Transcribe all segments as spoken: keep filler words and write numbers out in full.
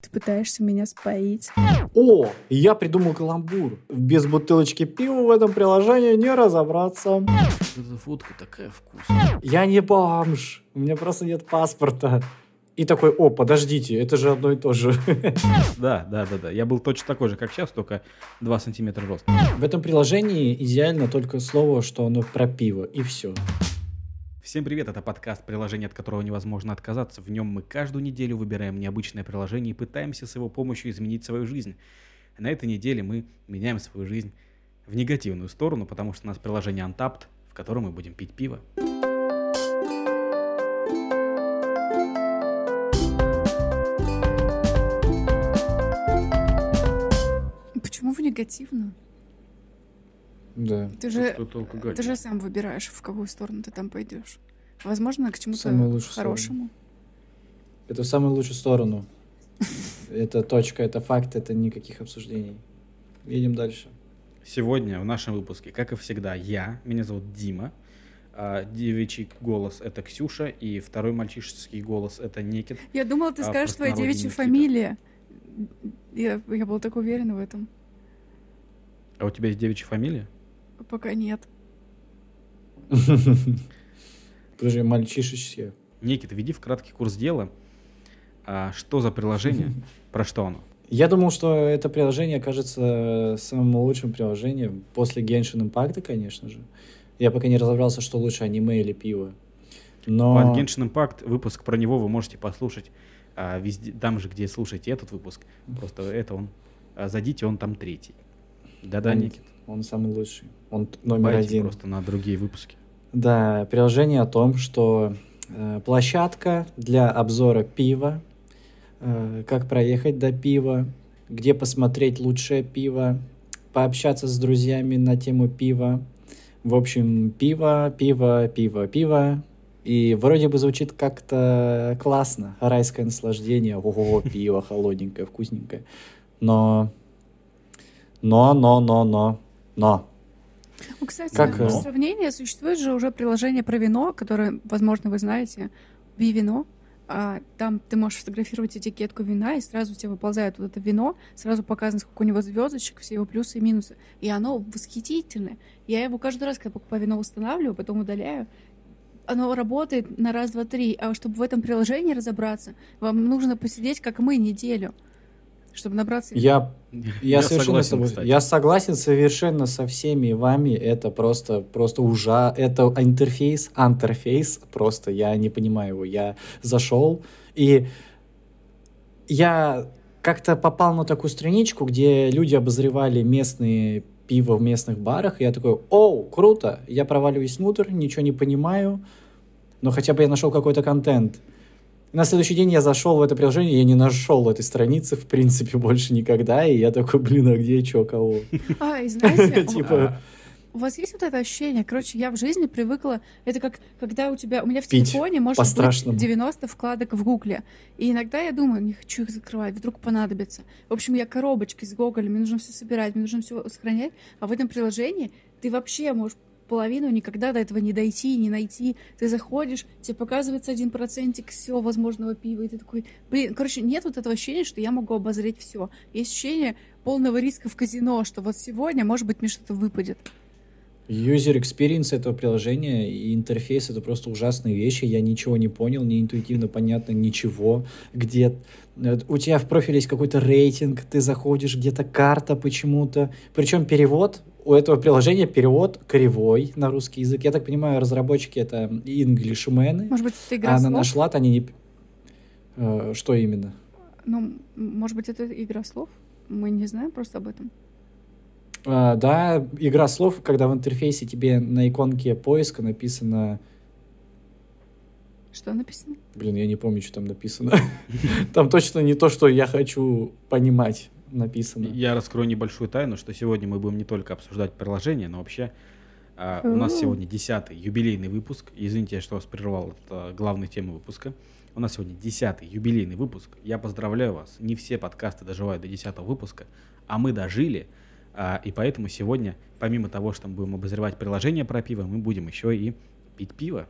Ты пытаешься меня споить. О, я придумал каламбур. Без бутылочки пива в этом приложении не разобраться. Эта фотка такая вкусная. Я не бомж. У меня просто нет паспорта. И такой, о, подождите, это же одно и то же. Да, да, да, да. Я был точно такой же, как сейчас, только два сантиметра роста. В этом приложении идеально только слово, что оно про пиво, и все. Всем привет, это подкаст, приложение, от которого невозможно отказаться. В нем мы каждую неделю выбираем необычное приложение и пытаемся с его помощью изменить свою жизнь. На этой неделе мы меняем свою жизнь в негативную сторону, потому что у нас приложение Untappd, в котором мы будем пить пиво. Почему в негативную? Да. Ты же, Что-то алкоголь. ты же сам выбираешь, в какую сторону ты там пойдешь. Возможно, к В чему-то самую лучшую хорошему. Это в самую лучшую сторону. Это точка, это факт, это никаких обсуждений. Едем дальше. Сегодня в нашем выпуске, как и всегда, я, меня зовут Дима, а девичий голос — это Ксюша, и второй мальчишеский голос — это Некит. Я думала, ты А, скажешь твою простонародье девичью Никита. фамилию. Я, я была так уверена в этом. А у тебя есть девичья фамилия? Пока нет. Подожди, мальчишечье. Некит, введи в краткий курс дела. А, что за приложение? Про что оно? Я думал, что это приложение окажется самым лучшим приложением после Genshin Impact, конечно же. Я пока не разобрался, что лучше, аниме или пиво. Но... Под Genshin Impact выпуск про него вы можете послушать а, везде, там же, где слушаете этот выпуск. Просто это он. А, зайдите, он там третий. Да-да, он, Никит. он самый лучший. Он т- номер Байте один. просто на другие выпуски. Да, приложение о том, что э, площадка для обзора пива, э, как проехать до пива, где посмотреть лучшее пиво, пообщаться с друзьями на тему пива. В общем, пиво, пиво, пиво, пиво. И вроде бы звучит как-то классно, райское наслаждение. Ого, пиво холодненькое, вкусненькое. Но, но, но, но, но, но. Ну, кстати, Как, для э, сравнения существует же уже приложение про вино, которое, возможно, вы знаете, Вивино. А, там ты можешь фотографировать этикетку вина, и сразу у тебя выползает вот это вино, сразу показано, сколько у него звездочек, все его плюсы и минусы. И оно восхитительное. Я его каждый раз, когда покупаю вино, устанавливаю, потом удаляю. Оно работает на раз, два, три. А чтобы в этом приложении разобраться, вам нужно посидеть, как мы, неделю, чтобы набраться... Я, я, совершенно с согласен, тобой. кстати. Я согласен совершенно со всеми вами. Это просто, просто ужа. Это интерфейс, антерфейс. Просто я не понимаю его. Я зашел и я как-то попал на такую страничку, где люди обозревали местные пиво в местных барах. И я такой, оу, круто. Я проваливаюсь внутрь, ничего не понимаю. Но хотя бы я нашел какой-то контент. На следующий день я зашел в это приложение, я не нашел этой страницы, в принципе, больше никогда, и я такой, блин, а где, чё, кого? А, и знаете, Типа, у вас есть вот это ощущение? Короче, я в жизни привыкла... Это как, когда у тебя... У меня в Пить телефоне может по-страшному. быть девяносто вкладок в Гугле. И иногда я думаю, не хочу их закрывать, вдруг понадобится. В общем, я коробочкой с Гоголя, мне нужно все собирать, мне нужно все сохранять. А в этом приложении ты вообще можешь половину никогда до этого не дойти, не найти. Ты заходишь, тебе показывается один процентик всего возможного пива, и ты такой... Блин, короче, нет вот этого ощущения, что я могу обозреть все. Есть ощущение полного риска в казино, что вот сегодня, может быть, мне что-то выпадет. user experience этого приложения и интерфейс — это просто ужасные вещи. Я ничего не понял, не интуитивно понятно ничего. Где э, у тебя в профиле есть какой-то рейтинг, ты заходишь, где-то карта почему-то. Причем перевод у этого приложения перевод кривой на русский язык. Я так понимаю, разработчики — это инглишмены. Может быть, это игра А на слов? наш лад они не... Э, что именно? Ну, может быть, это игра слов? Мы не знаем просто об этом. А, да, игра слов, когда в интерфейсе тебе на иконке поиска написано... Что написано? Блин, я не помню, что там написано. Там точно не то, что я хочу понимать, написано. Я раскрою небольшую тайну, что сегодня мы будем не только обсуждать приложение, но вообще а, у нас сегодня десятый юбилейный выпуск. Извините, что вас прервал, это главная тема выпуска. У нас сегодня десятый юбилейный выпуск. Я поздравляю вас. Не все подкасты доживают до десятого выпуска, а мы дожили. А, и поэтому сегодня, помимо того, что мы будем обозревать приложение про пиво, мы будем еще и пить пиво.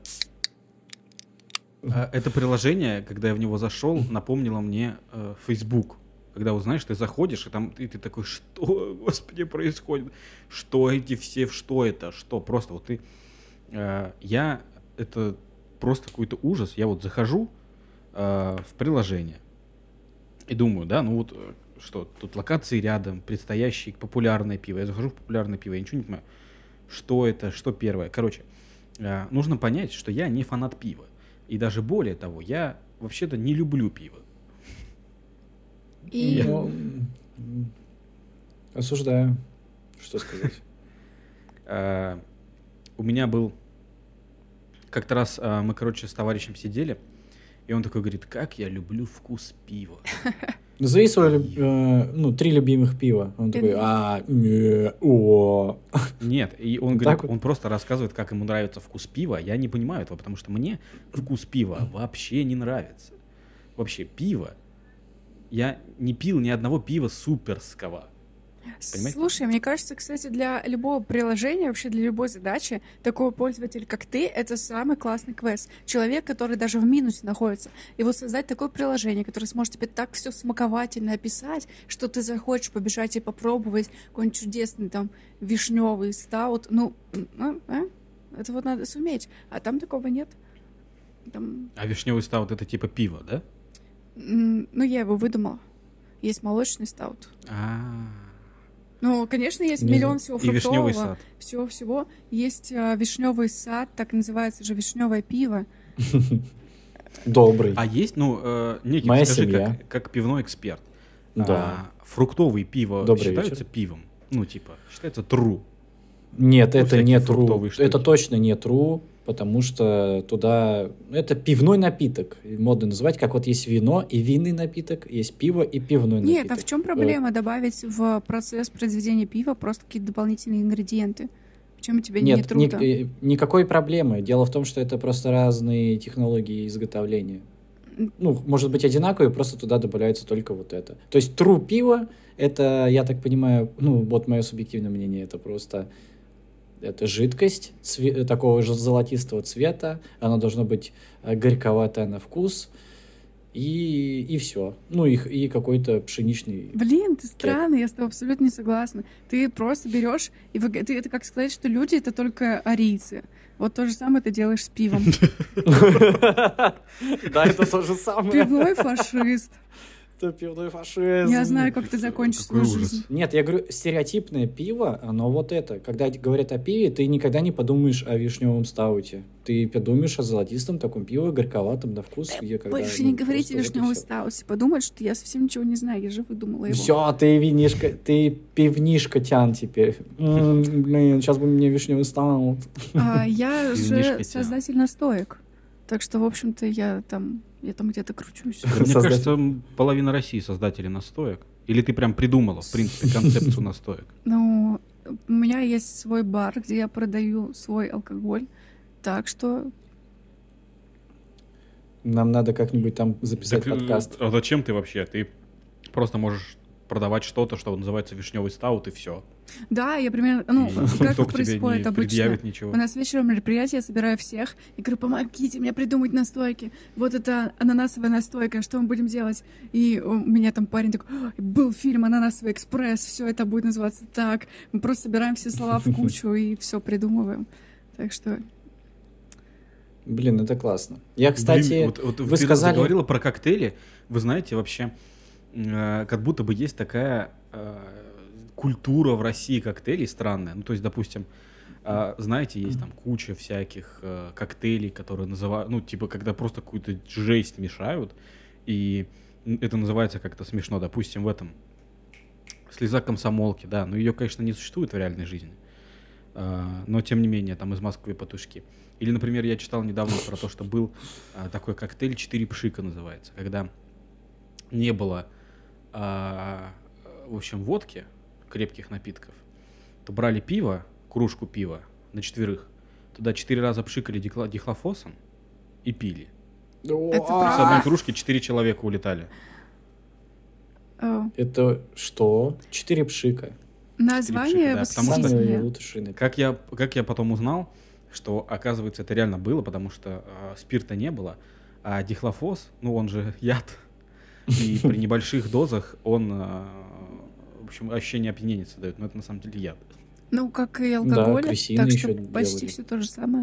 А, это приложение, когда я в него зашел, напомнило мне э, Facebook. Когда, вот, знаешь, ты заходишь, и там и ты такой, что, господи, происходит? Что эти все, что это? Что? Просто вот ты... Э, я... Это просто какой-то ужас. Я вот захожу э, в приложение и думаю, да, ну вот э, что, тут локации рядом, предстоящие популярное пиво. Я захожу в популярное пиво, я ничего не понимаю. Что это, что первое? Короче, э, нужно понять, что я не фанат пива. И даже более того, я вообще-то не люблю пиво. И... Ну, м, осуждаю. Что сказать? Э, У меня был... Как-то раз э, мы, короче, с товарищем сидели, и он такой говорит, как я люблю вкус пива. Назови свои, люб- э, ну, три любимых пива. Он такой, а, не, о. Нет, и он Вот говорит, так вот? он просто рассказывает, как ему нравится вкус пива. Я не понимаю этого, потому что мне вкус пива вообще не нравится. Вообще, пиво. Я не пил ни одного пива суперского. Понимаете? Слушай, мне кажется, кстати, для любого приложения, вообще для любой задачи, такой пользователь, как ты, это самый классный квест. Человек, который даже в минусе находится. И вот создать такое приложение, которое сможет тебе так все смаковательно описать, что ты захочешь побежать и попробовать какой-нибудь чудесный там вишневый стаут. Ну, а, а? Это вот надо суметь. А там такого нет. Там, А вишневый стаут это типа пиво, да? м, ну, я его выдумала. Есть молочный стаут. А. Ну, конечно, есть Не миллион знаю. всего И вишневый фруктового, сад. всего-всего. Есть а, вишневый сад, так и называется же вишневое пиво. Добрый. А есть, ну, э, Никит, Моя скажи, семья. как, как пивной эксперт. Да. А, фруктовые пиво Добрый считаются вечер. пивом? Ну, типа, считается true. Нет, Ну, это всякие не true. фруктовые штуки. Это точно не true, потому что туда... Это пивной напиток. Модно называть, как вот есть вино и винный напиток, есть пиво и пивной Нет, напиток. а в чем проблема добавить в процесс произведения пива просто какие-то дополнительные ингредиенты? В чем тебе не Нет, ни- трудно? э, никакой проблемы. Дело в том, что это просто разные технологии изготовления. Ну, может быть, одинаковые, просто туда добавляется только вот это. То есть true пиво, это, я так понимаю, ну, вот мое субъективное мнение, это просто это жидкость цве- такого же золотистого цвета, оно должно быть э, горьковатое на вкус, и, и все. Ну, и, х- и какой-то пшеничный... Блин, ты странный, я с тобой абсолютно не согласна. Ты просто берешь и вы- ты это как сказать, что люди это только арийцы. Вот то же самое ты делаешь с пивом. Да, это то же самое. Пивной фашист. Это пивной фашизм. Я знаю, как ты закончишь Какой свою ужас. жизнь. Нет, я говорю, стереотипное пиво, оно вот это. Когда говорят о пиве, ты никогда не подумаешь о вишневом стауте. Ты подумаешь о золотистом таком пиве, горьковатом на вкус. Где, когда, Больше ну, не говорите просто вот и вишневый всё. стаут. Подумают, что я совсем ничего не знаю, я же выдумала его. Все, ты винишка, ты пивнишка тян теперь. М, Блин, сейчас бы мне вишневый стаут. А, я Винишко же тебя. создатель настоек. Так что, в общем-то, я там, я там где-то кручусь. Да, мне Создатель. кажется, м, половина России создатели настоек. Или ты прям придумала, в принципе, концепцию настоек? Ну, у меня есть свой бар, где я продаю свой алкоголь. Так что Нам надо как-нибудь там записать Так, э, подкаст. А зачем ты вообще? Ты просто можешь продавать что-то, что называется вишневый стаут, и все. да, я примерно, ну, И как никто к тебе происходит не обычно. предъявит ничего. У нас вечером мероприятие, я собираю всех и говорю, помогите мне придумать настойки. Вот это ананасовая настойка, что мы будем делать? И у меня там парень такой, «Ой, был фильм «Ананасовый экспресс», все это будет называться так. Мы просто собираем все слова в кучу и все придумываем. Так что Блин, это классно. Я, кстати, Блин, вот, вот вы ты сказали... заговорила про коктейли. Вы знаете, вообще, э, как будто бы есть такая э, культура в России коктейлей странная. Ну, то есть, допустим, э, знаете, есть там куча всяких э, коктейлей, которые называют, ну, типа, когда просто какую-то жесть мешают, и это называется как-то смешно. Допустим, в этом «Слеза комсомолки», да, но ее, конечно, не существует в реальной жизни. Uh, но тем не менее, там из Москвы патушки. Или, например, я читал недавно про то, что был uh, такой коктейль «Четыре пшика» называется, когда не было, uh, в общем, водки, крепких напитков, то брали пиво, кружку пива на четверых, туда четыре раза пшикали дихло- дихлофосом и пили. Это С одной правда? кружки четыре человека улетали. э, Это что? Четыре пшика. название да, потому что- Самые восхитительное. лучшие напитки. Как я, как я потом узнал, что, оказывается, это реально было, потому что э, спирта не было, а дихлофос, ну, он же яд, И при небольших дозах он, э, в общем, ощущение опьянения создает. Но это на самом деле яд. Ну, как и Да, алкоголь, крысины так еще что почти делали. все то же самое.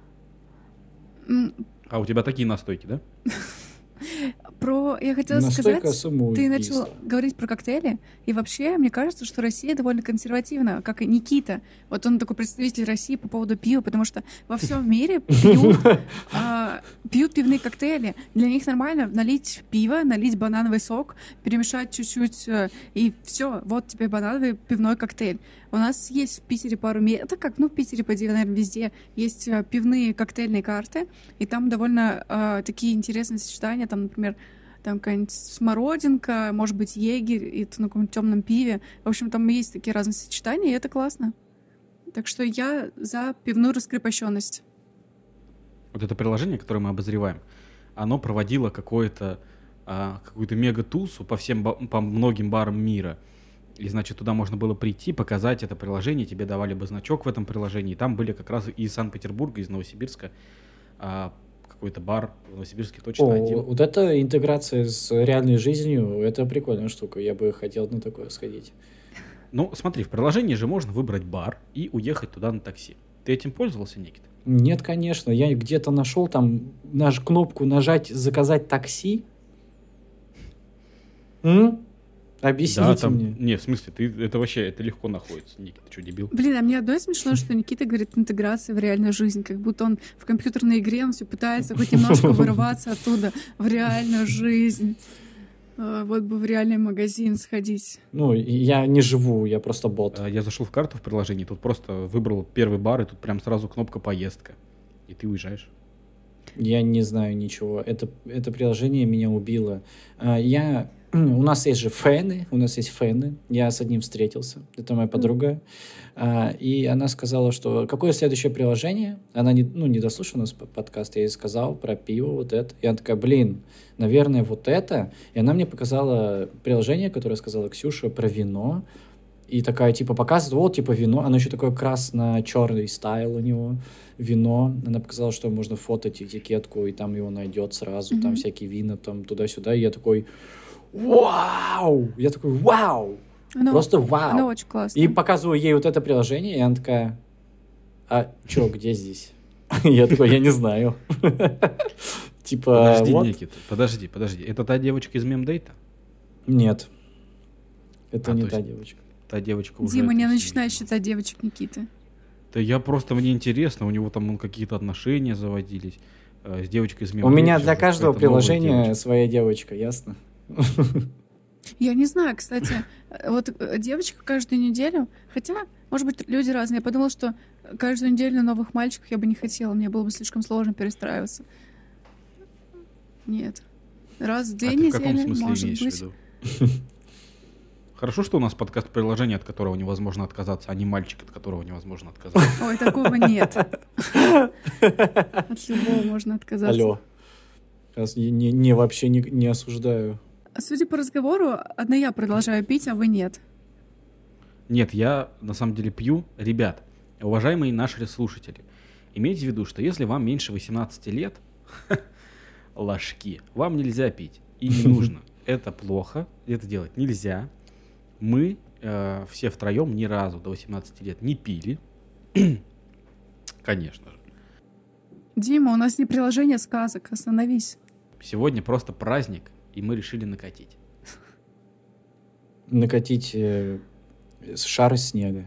М, А у тебя такие настойки, да? Про... Я хотела Настойка сказать, ты начал самоубийства. говорить про коктейли, и вообще, мне кажется, что Россия довольно консервативна, как и Никита. Вот он такой представитель России по поводу пива, потому что во всем мире пьют, а, пьют пивные коктейли. Для них нормально налить пиво, налить банановый сок, перемешать чуть-чуть, э, и все, вот тебе банановый пивной коктейль. У нас есть в Питере пару мест, это как, ну, в Питере, по идее, наверное, везде есть э, пивные коктейльные карты, и там довольно э, такие интересные сочетания, там, например, там какая-нибудь смородинка, может быть, егерь, и это на каком-нибудь темном пиве. В общем, там есть такие разные сочетания, и это классно. Так что я за пивную раскрепощенность. Вот это приложение, которое мы обозреваем, оно проводило какое-то, а, какую-то мега-тусу по всем, ба- по многим барам мира. И, значит, туда можно было прийти, показать это приложение, тебе давали бы значок в этом приложении. И там были как раз из Санкт-Петербурга, из Новосибирска, а, какой-то бар в Новосибирске точно О, один. вот эта интеграция с реальной жизнью, это прикольная штука. Я бы хотел на такое сходить. Ну, смотри, в приложении же можно выбрать бар и уехать туда на такси. Ты этим пользовался, Никита? Нет, конечно. Я где-то нашел там наш кнопку нажать «Заказать такси». М? Объясните Да, там... мне. Не, в смысле, ты... это вообще это легко находится. Никита, ты что, дебил? Блин, а мне одно смешно, что Никита говорит интеграция в реальную жизнь, как будто он в компьютерной игре, он все пытается хоть немножко вырываться оттуда в реальную жизнь. А, Вот бы в реальный магазин сходить. Ну, и я не живу, я просто бот. А, Я зашел в карту в приложении, тут просто выбрал первый бар, и тут прям сразу кнопка «Поездка». И ты уезжаешь. Я не знаю ничего. Это, это приложение меня убило. А, Я... У нас есть же фэны, у нас есть фэны. Я с одним встретился. Это моя подруга. А, И она сказала, что какое следующее приложение? Она не, ну, не дослушала нас по- подкаст. Я ей сказал про пиво, вот это. И она такая, блин, наверное, вот это. И она мне показала приложение, которое сказала Ксюша, про вино. И такая, типа, показывает, вот, типа, вино. Оно еще такое красно-черный стайл у него, вино. Она показала, что можно фотать этикетку, и там его найдет сразу, там Мгм. всякие вина, там туда-сюда. И я такой, вау! Я такой, вау! Оно, Просто оно вау! очень классно. И показываю ей вот это приложение, и она такая, а чё, где здесь? Я такой, я не знаю. Типа, Подожди, вот. Никита, подожди, подожди. Это та девочка из мемдейта? Нет. Это А, не то та есть- девочка. Та девочка уже... Дима, то не есть, начинай ну, считать девочек Никиты. Да я просто, мне интересно, у него там ну, какие-то отношения заводились э, с девочкой из У мемдейта. меня же для каждого какая-то новая приложения девочка. своя девочка, ясно? Я не знаю, кстати, э, вот э, девочка каждую неделю, хотя, может быть, люди разные. Я подумала, что каждую неделю новых мальчиков я бы не хотела, мне было бы слишком сложно перестраиваться. Нет. Раз в две А ты в каком недели, смысле может имеешь быть. в виду? Хорошо, что у нас подкаст приложение, от которого невозможно отказаться, а не мальчик, от которого невозможно отказаться. Ой, такого нет. От любого можно отказаться. Алло. Раз Не, не- не, вообще не, не осуждаю. Судя по разговору, одна я продолжаю пить, а вы нет. Нет, я на самом деле пью. Ребят, уважаемые наши слушатели, имейте в виду, что если вам меньше восемнадцати лет, ложки, вам нельзя пить. И не нужно. Это плохо, это делать нельзя. Мы э, все втроем ни разу до восемнадцати лет не пили. Конечно же. Дима, у нас не приложение сказок, остановись. Сегодня просто праздник, и мы решили накатить. Накатить э, с- шар из снега.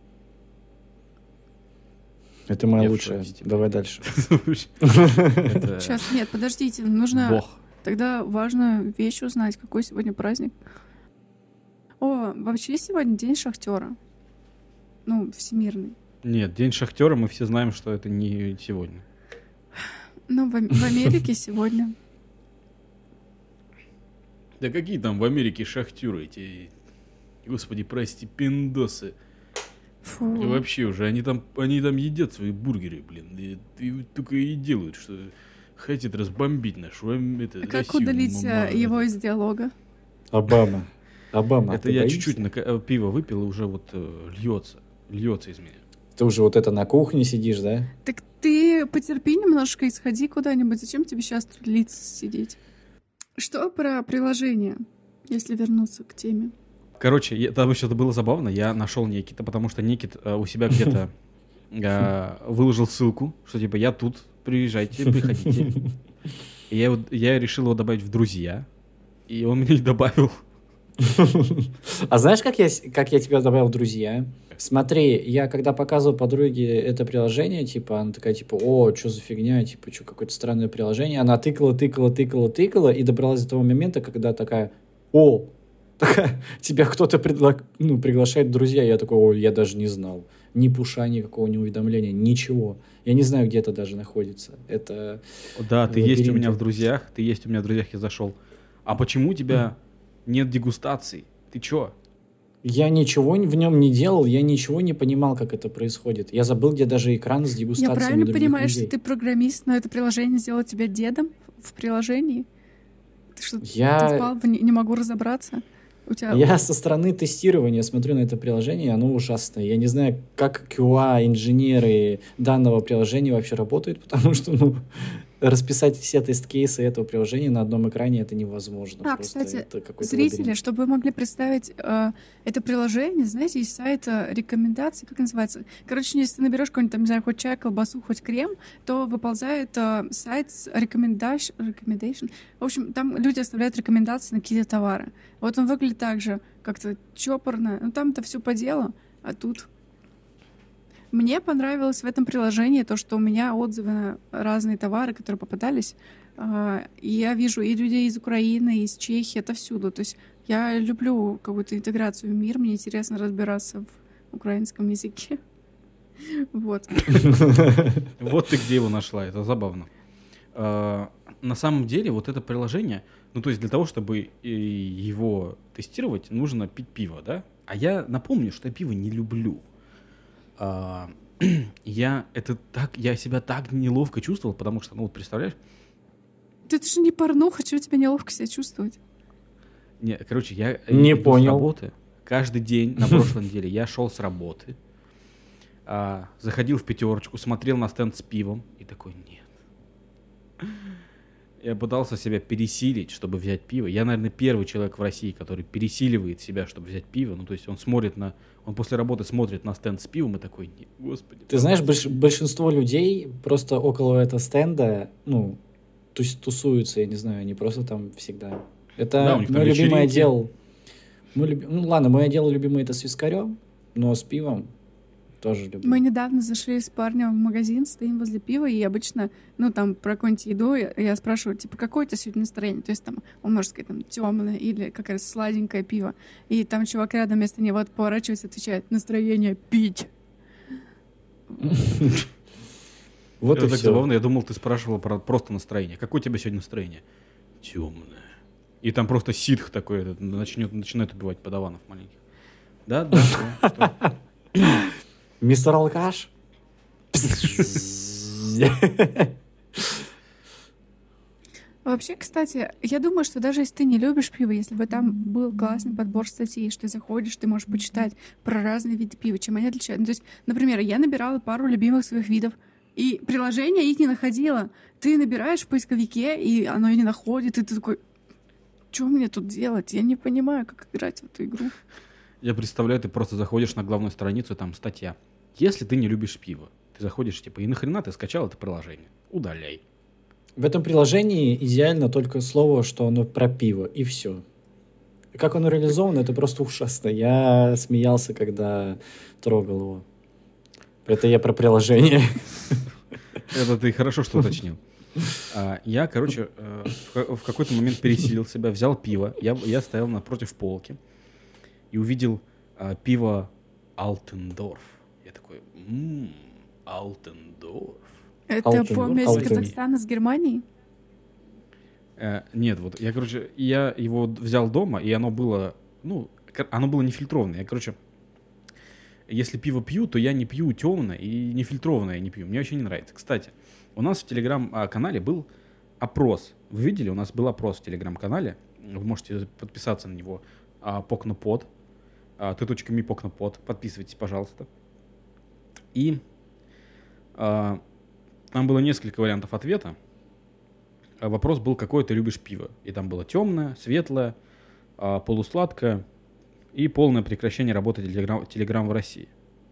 Это моя Я в лучшая. шоке с тебя. Давай дальше. Это Сейчас, нет, подождите, нужно Бог. тогда важную вещь узнать, какой сегодня праздник. О, вообще сегодня день шахтера. Ну, всемирный. Нет, День шахтера, мы все знаем, что это не сегодня. Ну, в, Ам- в Америке сегодня. Да какие там в Америке шахтеры эти, господи, прости, пиндосы. И Фу. вообще уже, они там, они там едят свои бургеры, блин, и, и только и делают, что хотят разбомбить нашу ам- это, А как Россию, удалить м- э, м- его это. из диалога? Обама. Обама. Это ты я боишься? чуть-чуть нака- э, пиво выпил, и уже вот э, льется, льется из меня. Ты уже вот это на кухне сидишь, да? Так ты потерпи немножко и сходи куда-нибудь. Зачем тебе сейчас тут лица сидеть? Что про приложение, если вернуться к теме? Короче, я, там еще это было забавно. Я нашел Некита, потому что Некит э, у себя где-то э, выложил ссылку, что типа я тут, приезжайте, приходите. И я, его, я решил его добавить в друзья, и он меня не добавил. А знаешь, как я, как я тебя добавил в друзья? Смотри, я когда показывал подруге это приложение, типа, она такая, типа, о, что за фигня, типа, что, какое-то странное приложение. Она тыкала, тыкала, тыкала, тыкала, и добралась до того момента, когда такая, о, такая, тебя кто-то предла... ну, приглашает в друзья. Я такой, ой, я даже не знал. Ни пуша, никакого, ни уведомления, ничего. Я не знаю, где это даже находится. Это Да, ты есть у меня в лабиринты. друзьях, ты есть у меня в друзьях, я зашел. А почему у тебя нет дегустаций? Ты чё? Я ничего в нем не делал, я ничего не понимал, как это происходит. Я забыл, где даже экран с Я дегустациями правильно других понимаю, людей. что ты программист, но это приложение сделало тебя дедом в приложении? Ты что, ты Я, впал в не, не могу разобраться? У тебя... я со стороны тестирования смотрю на это приложение, оно ужасное. Я не знаю, как кью эй-инженеры данного приложения вообще работают, потому что, ну, расписать все тест-кейсы этого приложения на одном экране это невозможно. А, Просто кстати, это какой-то зрители, лабиринт. чтобы вы могли представить э, это приложение, знаете, из сайта рекомендаций, как называется? Короче, если ты наберешь какой-нибудь, там, не знаю, хоть чай, колбасу, хоть крем, то выползает э, сайт с recommendation, recommendation. В общем, там люди оставляют рекомендации на какие-то товары. Вот он выглядит так же, как-то чопорно. Ну, там-то все по делу, а тут... Мне понравилось в этом приложении то, что у меня отзывы на разные товары, которые попадались. А, И я вижу и людей из Украины, и из Чехии, это всюду. То есть я люблю какую-то интеграцию в мир, мне интересно разбираться в украинском языке. Вот. Вот ты где его нашла, это забавно. А, на самом деле, вот это приложение, ну, то есть для того, чтобы э, его тестировать, нужно пить пиво, да? А я напомню, что я пиво не люблю. А, я это так, я себя так неловко чувствовал, потому что, ну, вот представляешь, Да это же не порнуха, чего тебе неловко себя чувствовать? не, короче, я Не иду с понял. работы каждый день на прошлой неделе. Я шел с работы, а, заходил в пятерочку, смотрел на стенд с пивом и такой, нет. Я пытался себя пересилить, чтобы взять пиво. Я, наверное, первый человек в России, который пересиливает себя, чтобы взять пиво. Ну, то есть он смотрит на... Он после работы смотрит на стенд с пивом и такой, «Не, господи. Ты знаешь, больш- большинство людей просто около этого стенда, ну, тус- тусуются, я не знаю, они просто там всегда. Это Да, у них там мой любимый вечеринки. отдел. Мой люби- Ну ладно, мой отдел любимый это с вискарем, но с пивом тоже люблю. Мы недавно зашли с парнем в магазин, стоим возле пива, и обычно, ну, там, про какую-нибудь еду я, я спрашиваю, типа, какое у тебя сегодня настроение? То есть, там, он может сказать, там, темное или какое-то сладенькое пиво. И там чувак рядом вместо него поворачивается и отвечает, настроение пить. Вот Это и так все. забавно. Я думал, ты спрашивала про просто настроение. Какое у тебя сегодня настроение? Темное. И там просто ситх такой этот, начнет, начинает убивать подаванов маленьких. Да, да. что, что? Мистер Алкаш. Вообще, кстати, я думаю, что даже если ты не любишь пиво, если бы там был классный подбор статей, что ты заходишь, ты можешь почитать про разные виды пива, чем они отличаются. Ну, то есть, например, я набирала пару любимых своих видов, и приложение их не находило. Ты набираешь в поисковике, и оно и не находит, и ты такой, что мне тут делать? Я не понимаю, как играть в эту игру. Я представляю, ты просто заходишь на главную страницу, там статья. Если ты не любишь пиво, ты заходишь, типа, и нахрена ты скачал это приложение? Удаляй. В этом приложении идеально только слово, что оно про пиво, и все. Как оно реализовано, это просто ужасно. Я смеялся, когда трогал его. Это я про приложение. Это ты хорошо что уточнил. А, я, короче, э, в, в какой-то момент пересилил себя, взял пиво. Я, я стоял напротив полки и увидел а, пиво Алтендорф. Я такой, ммм, Алтендорф. Это Алтен- помесь Алтен. Казахстана с Германией? Э, нет, вот я, короче, я его взял дома, и оно было, ну, кор- оно было нефильтрованное. Я, короче, если пиво пью, то я не пью темное и нефильтрованное не пью. Мне вообще не нравится. Кстати, у нас в телеграм-канале был опрос. Вы видели? У нас был опрос в телеграм-канале. Вы можете подписаться на него. Покнопод. Т.ми Покнопод. Подписывайтесь, пожалуйста. И а, там было несколько вариантов ответа. А вопрос был, какое ты любишь пиво. И там было темное, светлое, а, полусладкое и полное прекращение работы Телеграм, Телеграм в России.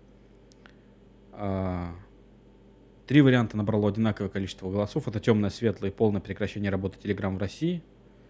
А, три варианта набрало одинаковое количество голосов. Это темное, светлое и полное прекращение работы Телеграм в России.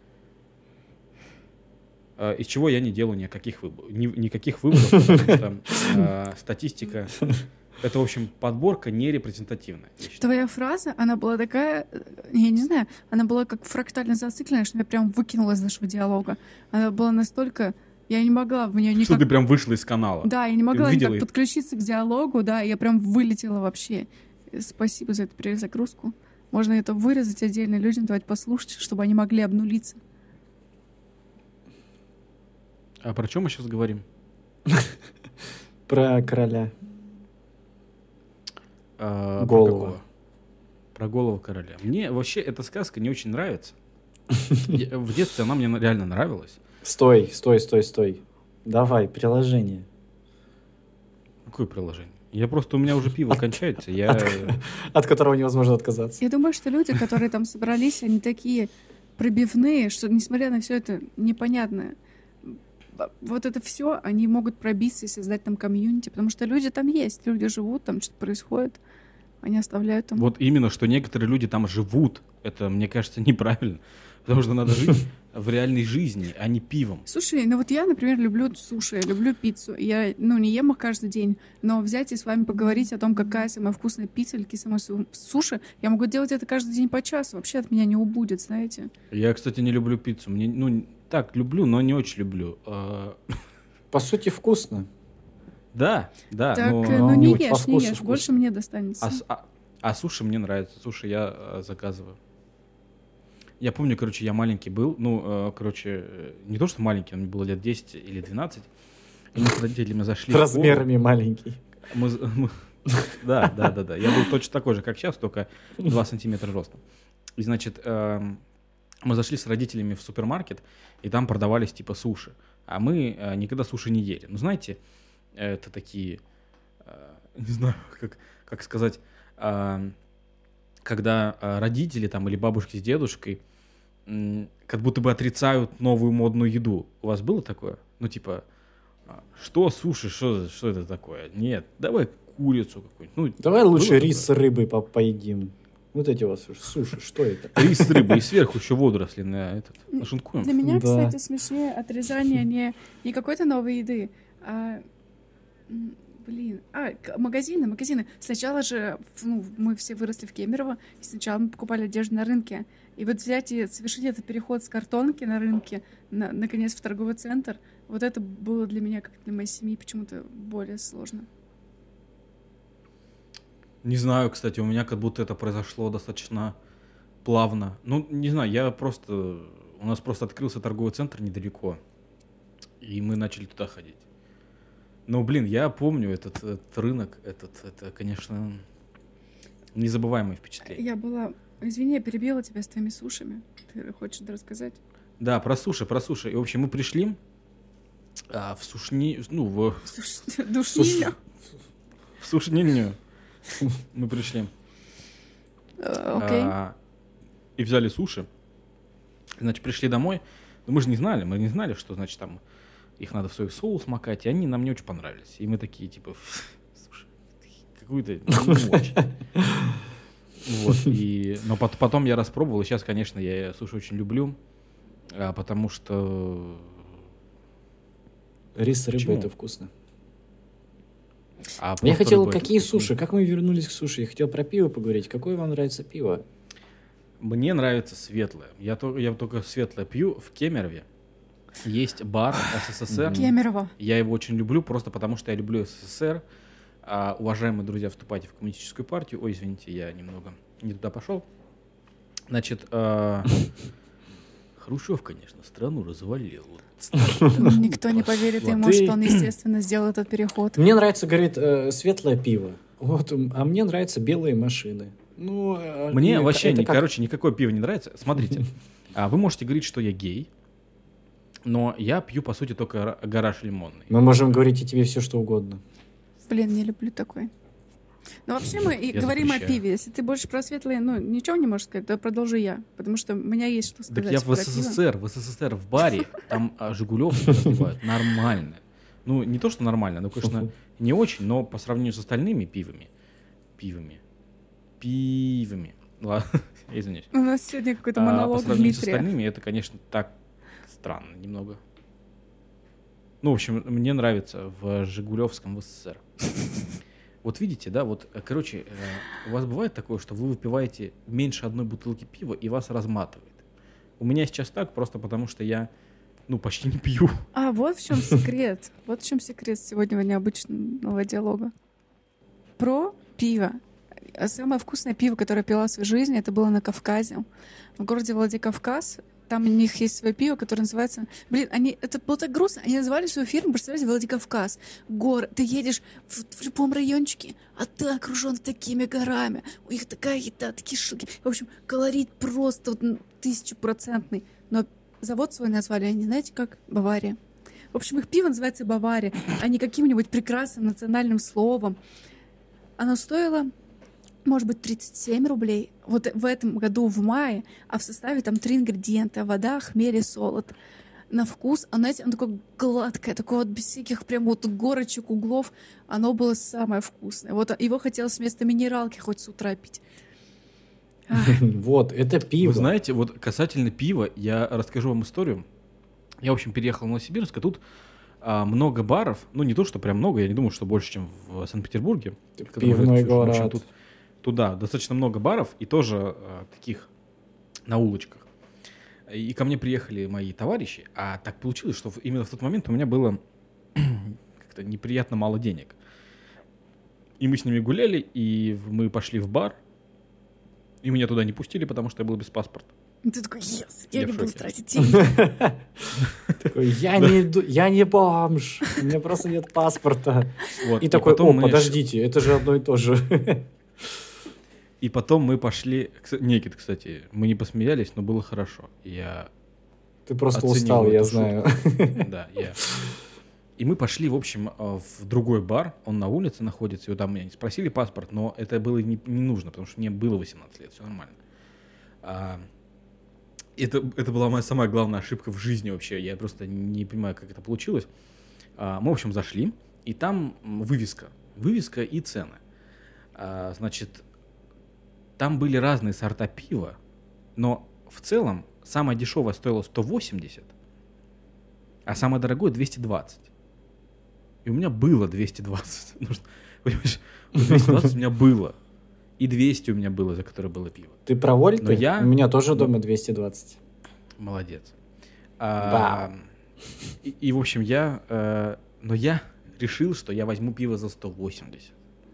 А, из чего я не делаю никаких, выбор, ни, никаких выводов, потому что а, статистика... Это, в общем, подборка нерепрезентативная. Твоя фраза, она была такая, я не знаю, она была как фрактально зацикленная, что меня прям выкинула из нашего диалога. Она была настолько... Я не могла в нее никак... Что ты прям вышла из канала. Да, я не могла Увидела никак и- подключиться к диалогу, да, я прям вылетела вообще. Спасибо за эту перезагрузку. Можно это вырезать отдельно людям, давать послушать, чтобы они могли обнулиться. А про чем мы сейчас говорим? Про короля. А, про Голову. какого? Про голову короля. Мне вообще эта сказка не очень нравится. Я- В детстве она мне на- реально нравилась. Стой, стой, стой, стой. Давай, приложение. Какое приложение? Я просто, у меня уже пиво кончается. Я... От которого невозможно отказаться. Я думаю, что люди, которые там собрались, они такие пробивные, что несмотря на все это непонятное, б- вот это все, они могут пробиться и создать там комьюнити, потому что люди там есть, люди живут, там что-то происходит, они оставляют там... Вот именно, что некоторые люди там живут, это, мне кажется, неправильно. Потому что надо жить в реальной жизни, а не пивом. Слушай, ну вот я, например, люблю суши, я люблю пиццу. Я, ну, не ем их каждый день, но взять и с вами поговорить о том, какая самая вкусная пицца или какие самые су- суши, я могу делать это каждый день по часу. Вообще от меня не убудет, знаете. Я, кстати, не люблю пиццу. Мне, ну, так, люблю, но не очень люблю. А, По сути, вкусно. Да, да, Так, но... э, ну но не вот по ешь, не вкусу ешь, вкусно. больше мне достанется. А, с- а- а суши мне нравятся. Суши я э, заказываю. Я помню, короче, я маленький был. Ну, э, короче, э, не то, что маленький, мне было лет десять или двенадцать. И мы с родителями зашли в Размерами маленький. пол. Мы з- мы- Да, да, да, да. Я был точно такой же, как сейчас, только два сантиметра ростом. И, значит, эм, мы зашли с родителями в супермаркет, и там продавались типа суши. А мы э, никогда суши не ели. Ну, знаете, это такие, э, не знаю, как, как сказать, э, когда э, родители там или бабушки с дедушкой м, как будто бы отрицают новую модную еду. У вас было такое? Ну, типа, а, что суши, что, что это такое? Нет, давай курицу какую-нибудь. Ну, Давай было лучше такое? рис с рыбой по- поедим. Вот эти у вас суши, что это? Рис с рыбой, и сверху еще водоросли на этот. Нашинкуем. Для меня, Да. кстати, смешнее отрезание не, не какой-то новой еды, а... м, Блин, а, к- магазины, магазины. Сначала же, в- ну, мы все выросли в Кемерово, и сначала мы покупали одежду на рынке. И вот взять и совершить этот переход с картонки на рынке, на, наконец, в торговый центр, вот это было для меня, как для моей семьи, почему-то более сложно. Не знаю, кстати, у меня как будто это произошло достаточно плавно. Ну, не знаю, я просто... У нас просто открылся торговый центр недалеко, и мы начали туда ходить. Но, блин, я помню этот, этот рынок, этот, это, конечно, незабываемое впечатление. Я была... Извини, я перебила тебя с твоими сушами. Ты хочешь это рассказать? Да, про суши, про суши. И, в общем, мы пришли а, в сушни... Ну, в, Суш- Душнильня? в сушнильню. Мы пришли. Э, Окей. А, и взяли суши. Значит, пришли домой. Но мы же не знали, мы не знали, что, значит, там их надо в свой соус макать, и они нам не очень понравились. И мы такие, типа, слушай, какую-то ну, не очень. Вот, и... Но пот- потом я распробовал, и сейчас, конечно, я суши очень люблю, а, потому что... Рис с рыбой Почему? это вкусно. а Я просто хотел, рыба это какие вкуснее. суши? Как мы вернулись к суши? Я хотел про пиво поговорить. Какое вам нравится пиво? Мне нравится светлое. Я, то- я только светлое пью. В Кемерове есть бар СССР. Кемерово. Я его очень люблю, просто потому что я люблю СССР. А, уважаемые друзья, вступайте в коммунистическую партию. Ой, извините, я немного не туда пошел. Значит, а, Хрущев, конечно, страну развалил. Никто не поверит ему, Ты- что он, естественно, сделал этот переход. Мне нравится, говорит, э, светлое пиво. Вот, м, а мне нравятся белые машины. Ну, э, Мне и вообще, это ни- как- короче, никакое пиво не нравится. Смотрите, а, вы можете говорить, что я гей, но я пью, по сути, только ра- гараж лимонный. Мы можем говорить и тебе все, что угодно. Блин, не люблю такой. Ну, вообще мы и Я говорим о запрещаю. пиве. Если ты больше про светлые, ну, ничего не можешь сказать, то продолжу я. Потому что у меня есть что Так сказать я в про пиво. СССР, в СССР в баре, там а, Жигулевский разливают нормально. Ну, не то, что нормально, но, конечно, не очень, но по сравнению с остальными пивами, пивами, пивами, ладно, я извиняюсь. У нас сегодня какой-то А, по монолог сравнению с Дмитрия. остальными, это, конечно, так странно немного. Ну, в общем, мне нравится в Жигулевском в СССР. Вот видите, да, вот, э, короче, э, у вас бывает такое, что вы выпиваете меньше одной бутылки пива и вас разматывает. У меня сейчас так, просто потому что я, ну, почти не пью. А вот в чем секрет. Вот в чем секрет сегодняшнего необычного диалога. Про пиво. А Самое вкусное пиво, которое я пила в своей жизни, это было на Кавказе. В городе Владикавказ. Там у них есть свое пиво, которое называется... Блин, они... это было так грустно. Они назвали свою фирму, представляете, Владикавказ. Город. Ты едешь в, в любом райончике, а ты окружен такими горами. У них такая еда, такие штуки. В общем, колорит просто вот, м, тысячупроцентный. Но завод свой назвали, они знаете как? Бавария. В общем, их пиво называется Бавария, а не каким-нибудь прекрасным национальным словом. Оно стоило, может быть, тридцать семь рублей. Вот в этом году в мае, а в составе там три ингредиента: вода, хмель и солод. На вкус, а знаете, оно такое гладкое, такое вот без всяких прям вот горочек, углов. Оно было самое вкусное. Вот его хотелось вместо минералки хоть с утра пить. Ах, Вот, это пиво. Вы знаете, вот касательно пива, я расскажу вам историю. Я, в общем, переехал в Новосибирск, а тут а, много баров. Ну, не то, что прям много, я не думаю, что больше, чем в Санкт-Петербурге. который мы Пивной живем. В общем, город. тут, туда достаточно много баров и тоже а, таких на улочках. И ко мне приехали мои товарищи, а так получилось, что в- именно в тот момент у меня было как-то неприятно мало денег. И мы с ними гуляли, и в- мы пошли в бар, и меня туда не пустили, потому что я был без паспорта. ты такой, yes, я Я не в буду шоке. тратить деньги. Такой, я не, ду- я не бомж, у меня просто нет паспорта. Вот. И такой, потом о, мы ш- подождите, это же одно и то же. И потом мы пошли... кс- Некит, кстати, мы не посмеялись, но было хорошо. Я... Ты просто Оцениваю устал, я эту знаю. Да, я... И мы пошли, в общем, э, в другой бар. Он на улице находится. И вот там меня не спросили паспорт, но это было не, не нужно, потому что мне было восемнадцать лет, все нормально. А, это, это была моя самая главная ошибка в жизни вообще. Я просто не понимаю, как это получилось. А, мы, в общем, зашли, и там м, вывеска. Вывеска и цены. А, значит, там были разные сорта пива, но в целом самое дешевое стоило сто восемьдесят, а самое дорогое двести двадцать. И у меня было двести двадцать. Ну, что, понимаешь, вот двести двадцать у меня было. И двести у меня было, за которое было пиво. Ты про вольты? Но я- У меня тоже но- дома двести двадцать. Молодец. А, и, и, в общем, я... э, но я решил, что я возьму пиво за сто восемьдесят.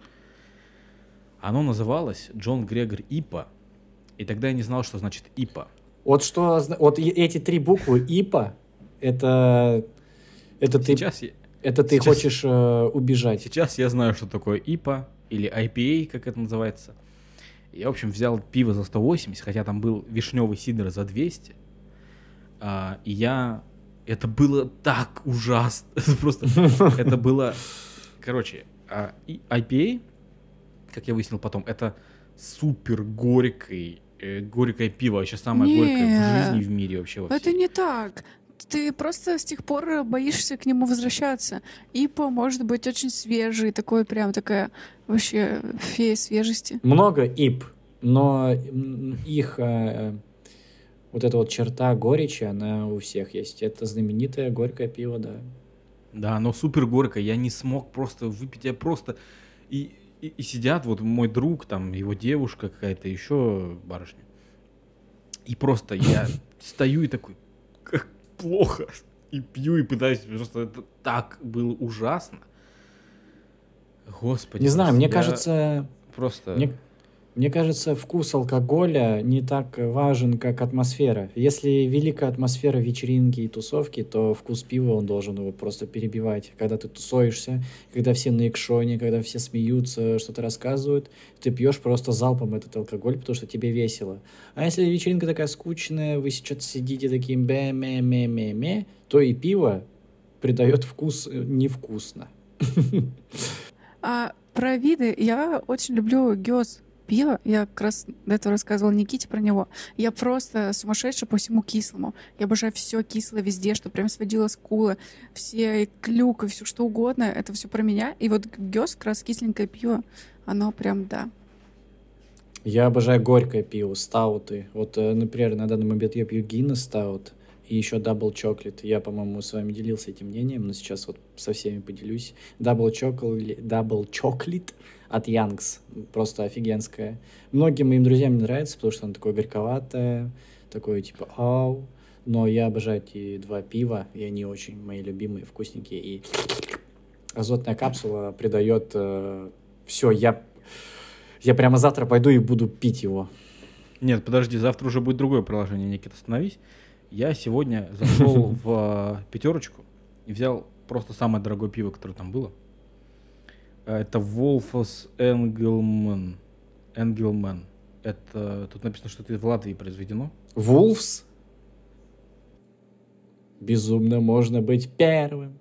Оно называлось Джон Грегор ИПА. И тогда я не знал, что значит ИПА. Вот что, зна- вот и- эти три буквы ИПА, это, это ты, Сейчас я, это ты сейчас- хочешь э, убежать. сейчас я знаю, что такое ИПА или ай пи эй, как это называется. Я, в общем, взял пиво за сто восемьдесят, хотя там был вишневый сидр за двести. А, и я... Это было так ужасно. Это просто... Это было... Короче, а, и ай пи эй, как я выяснил потом, это супер горькое, э, горькое пиво. Вообще самое Не. горькое в жизни и в мире вообще во Это всей. не так. Ты просто с тех пор боишься к нему возвращаться. Ипа может быть очень свежий, такой прям такая вообще фея свежести. Много ИП, но м, их э, вот эта вот черта горечи, она у всех есть. Это знаменитое горькое пиво, да. Да, оно супер горькое. Я не смог просто выпить. Я просто... И, и, и сидят вот мой друг, там, его девушка какая-то, еще барышня. И просто я стою и такой, как плохо. И пью, и пытаюсь. Просто это так было ужасно. Господи. Не знаю, просто мне я кажется, Просто... мне, мне кажется, вкус алкоголя не так важен, как атмосфера. Если великая атмосфера вечеринки и тусовки, то вкус пива, он должен его просто перебивать. Когда ты тусуешься, когда все на экшоне, когда все смеются, что-то рассказывают, ты пьешь просто залпом этот алкоголь, потому что тебе весело. А если вечеринка такая скучная, вы сейчас сидите таким бе-ме-ме-ме-ме, то и пиво придает вкус э, невкусно. А про виды. Я очень люблю гёз пиво. Я как раз до этого рассказывала Никите про него. Я просто сумасшедшая по всему кислому. Я обожаю все кислое везде, что прям сводило скулы, все и клюк, и все что угодно. Это все про меня. И вот гёз, как раз кисленькое пиво, оно прям, да. Я обожаю горькое пиво, стауты. Вот, э, например, на данный момент я пью Гиннес стаут и еще Double Chocolate. Я, по-моему, с вами делился этим мнением, но сейчас вот со всеми поделюсь. Double Chocolate, Double Chocolate от Янкс. Просто офигенское. Многим моим друзьям не нравится, потому что оно такое горьковатое, такое типа ау. Но я обожаю эти два пива, и они очень мои любимые, вкусненькие. И азотная капсула придает э, все. Я, я прямо завтра пойду и буду пить его. Нет, подожди, завтра уже будет другое приложение, Никита, остановись. Я сегодня зашел в пятерочку и взял просто самое дорогое пиво, которое там было. Это Wolf's Engelmann. Engelmann. Это тут написано, что это в Латвии произведено. Wolf's? Безумно можно быть первым.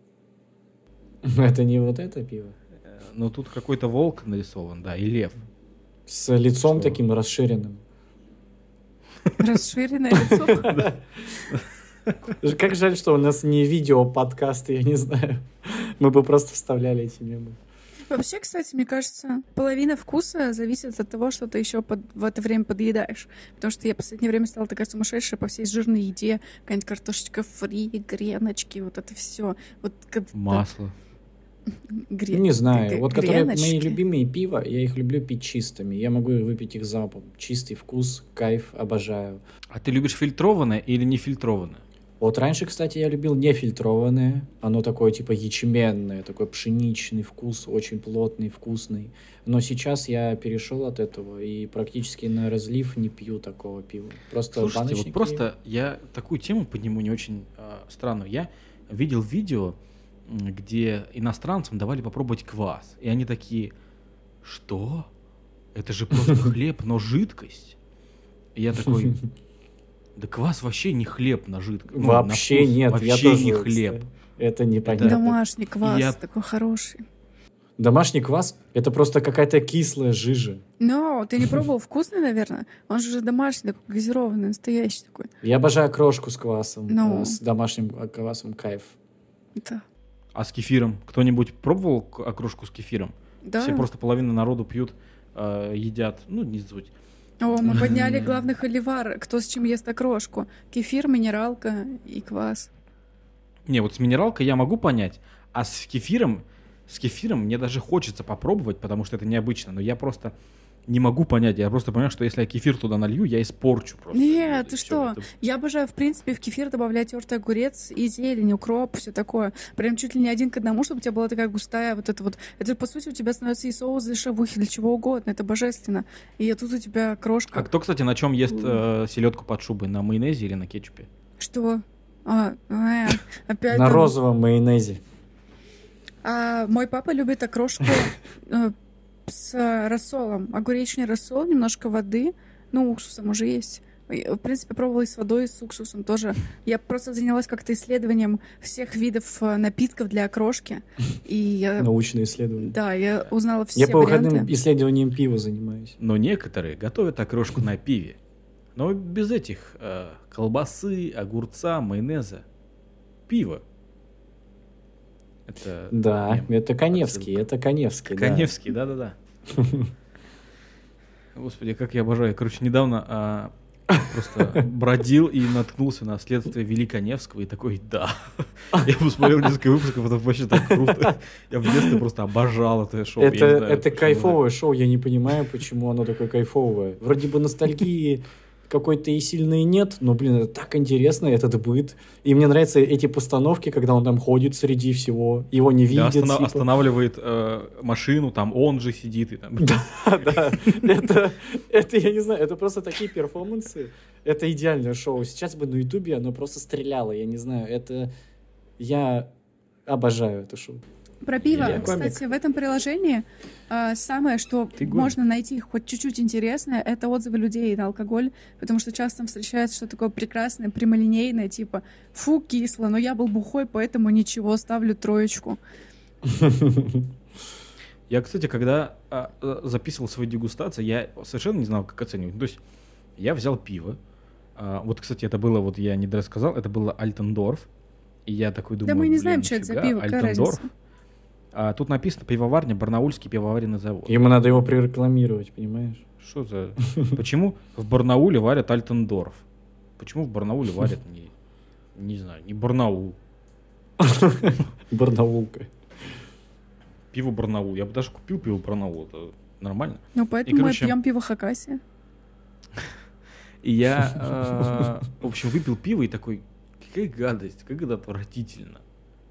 Но это не вот это пиво. Но тут какой-то волк нарисован, да, и лев. С лицом Что? таким расширенным. Расширенное лицо. Как жаль, что у нас не видео-подкасты, я не знаю. Мы бы просто вставляли эти мемы. Вообще, кстати, мне кажется, половина вкуса зависит от того, что ты еще под, в это время подъедаешь. Потому что я в последнее время стала такая сумасшедшая по всей жирной еде. Какая-нибудь картошечка фри, греночки, вот это все. Вот, как- Масло. гре- Не знаю. г- Вот которые мои греночки. любимые пива, я их люблю пить чистыми. Я могу выпить их залпом. Чистый вкус, кайф, обожаю. А ты любишь фильтрованное или нефильтрованное? Вот раньше, кстати, я любил нефильтрованное. Оно такое типа ячменное, такой пшеничный вкус, очень плотный, вкусный. Но сейчас я перешел от этого и практически на разлив не пью такого пива. Просто Слушайте, баночники. вот просто я такую тему подниму не очень э, странную. Я видел видео, м, где иностранцам давали попробовать квас. И они такие, что? Это же просто хлеб, но жидкость. И я такой, да квас вообще не хлеб на жидкость. Ну, на Вообще вкус нет, вообще я тоже, не кстати, хлеб. Это непонятно. Домашний квас Я- такой хороший. Домашний квас — это просто какая-то кислая жижа. Но ты не пробовал вкусный, наверное? Он же домашний, такой газированный, настоящий такой. Я обожаю крошку с квасом, Ну. э, с домашним э, квасом кайф. Да. А с кефиром? Кто-нибудь пробовал к- окрошку с кефиром? Да. Все просто половина народу пьют, э, едят. Ну, не суть. О, мы подняли главных холивар. Кто с чем ест окрошку? Кефир, минералка и квас. Не, вот с минералкой я могу понять, а с кефиром, с кефиром мне даже хочется попробовать, потому что это необычно, но я просто не могу понять. Я просто понимаю, что если я кефир туда налью, я испорчу просто. Нет, Это ты всё, что? это- Я обожаю, в принципе, в кефир добавлять тертый огурец и зелень, укроп, все такое. Прям чуть ли не один к одному, чтобы у тебя была такая густая вот эта вот... Это, по сути, у тебя становится и соус для шавухи, для чего угодно. Это божественно. И тут у тебя крошка. А кто, кстати, на чем ест э, селедку под шубой? На майонезе или на кетчупе? Что? А, э, опять... На там- розовом майонезе. А, мой папа любит окрошку э, с рассолом. Огуречный рассол, немножко воды. Ну, уксусом уже есть. И, в принципе, пробовала и с водой, и с уксусом тоже. Я просто занялась как-то исследованием всех видов э, напитков для окрошки. И я... Научные исследования. Да, я узнала все Я по варианты. выходным исследованием пива занимаюсь. Но некоторые готовят окрошку на пиве. Но без этих э, колбасы, огурца, майонеза. Пиво. Это Да, мем. это Коневский, Отсылка. это Коневский. да. Коневский, да-да-да. Господи, как я обожаю. Короче, недавно а, просто бродил и наткнулся на следствие Вели Коневского и такой, да. Я посмотрел несколько выпусков, это вообще так круто. Я в детстве просто обожал это шоу. я Это, не знаю, это почему. кайфовое шоу, я не понимаю, почему оно такое кайфовое. Вроде бы ностальгии какой-то и сильной нет, но, блин, это так интересно, этот быт. И мне нравятся эти постановки, когда он там ходит среди всего, его не Да, видят. остана- типа. останавливает э, машину, там он же сидит. И там... Да, да. Это, это, я не знаю, это просто такие перформансы. Это идеальное шоу. Сейчас бы на Ютубе оно просто стреляло, я не знаю. Это... Я обожаю это шоу. Про пиво, Я кстати, в этом приложении а, самое, что Ты гонишь. можно найти хоть чуть-чуть интересное, это отзывы людей на алкоголь, потому что часто там встречается что-то такое прекрасное, прямолинейное, типа «фу, кисло, но я был бухой, поэтому ничего, ставлю троечку». Я, кстати, когда а, а, записывал свою дегустацию, я совершенно не знал, как оценивать. То есть я взял пиво. А, вот, кстати, это было, вот я не рассказал, это было Альтендорф. И я такой думаю, Да мы не блин, знаем, что это за нифига, пиво, какая Альтендорф. разница? А, тут написано пивоварня, Барнаульский пивоваренный завод. Ему надо его прорекламировать, понимаешь? Что за... Почему в Барнауле варят Альтендорф? Почему в Барнауле варят не... Не знаю, не Барнаул? Барнаулка. Пиво Барнаул. Я бы даже купил пиво Барнаул. Это нормально. Ну, поэтому короче, мы пьем пиво Хакасия. И я, э, в общем, выпил пиво и такой, какая гадость, как это отвратительно.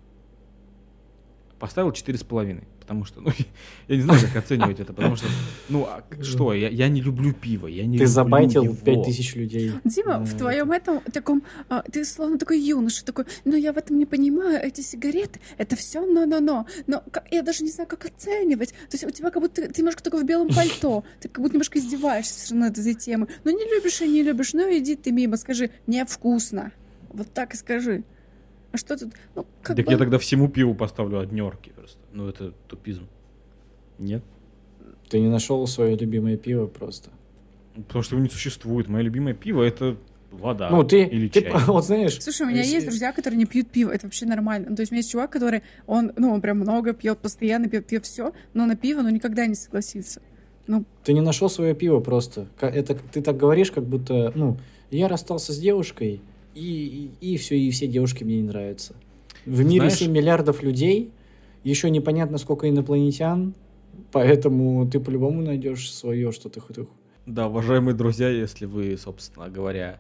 Поставил четыре с половиной, потому что, ну, я не знаю, как оценивать это, потому что, ну, а что, я, я не люблю пиво, я не Ты люблю забайтил его. пять тысяч людей. Дима, на в это. твоем этом таком, а, ты словно такой юноша, такой, ну я в этом не понимаю, эти сигареты, это все но-но-но, но как- я даже не знаю, как оценивать. То есть у тебя как будто, ты немножко такой в белом пальто, ты как будто немножко издеваешься все равно над этой темы. Ну не любишь и не любишь, ну иди ты мимо, скажи, невкусно. Вот так и скажи. А что тут, ну как Так бы... я тогда всему пиву поставлю однерки просто. Ну, это тупизм. Нет? Ты не нашел свое любимое пиво просто. Потому что его не существует. Мое любимое пиво — это вода Ну, ты, или ты, чай. вот знаешь... Слушай, у меня если- есть друзья, которые не пьют пиво, это вообще нормально. Ну, то есть у меня есть чувак, который, он, ну, он прям много пьет, постоянно пьет, пьет все, но на пиво, ну, никогда не согласится. Ну, Ты не нашел свое пиво просто. Ка- Это ты так говоришь, как будто, ну, я расстался с девушкой, и, и, и все, и все девушки мне не нравятся. В мире Знаешь- семь миллиардов людей, еще непонятно сколько инопланетян, поэтому ты по-любому найдешь свое, что ты хоть. Да, уважаемые друзья, если вы, собственно говоря,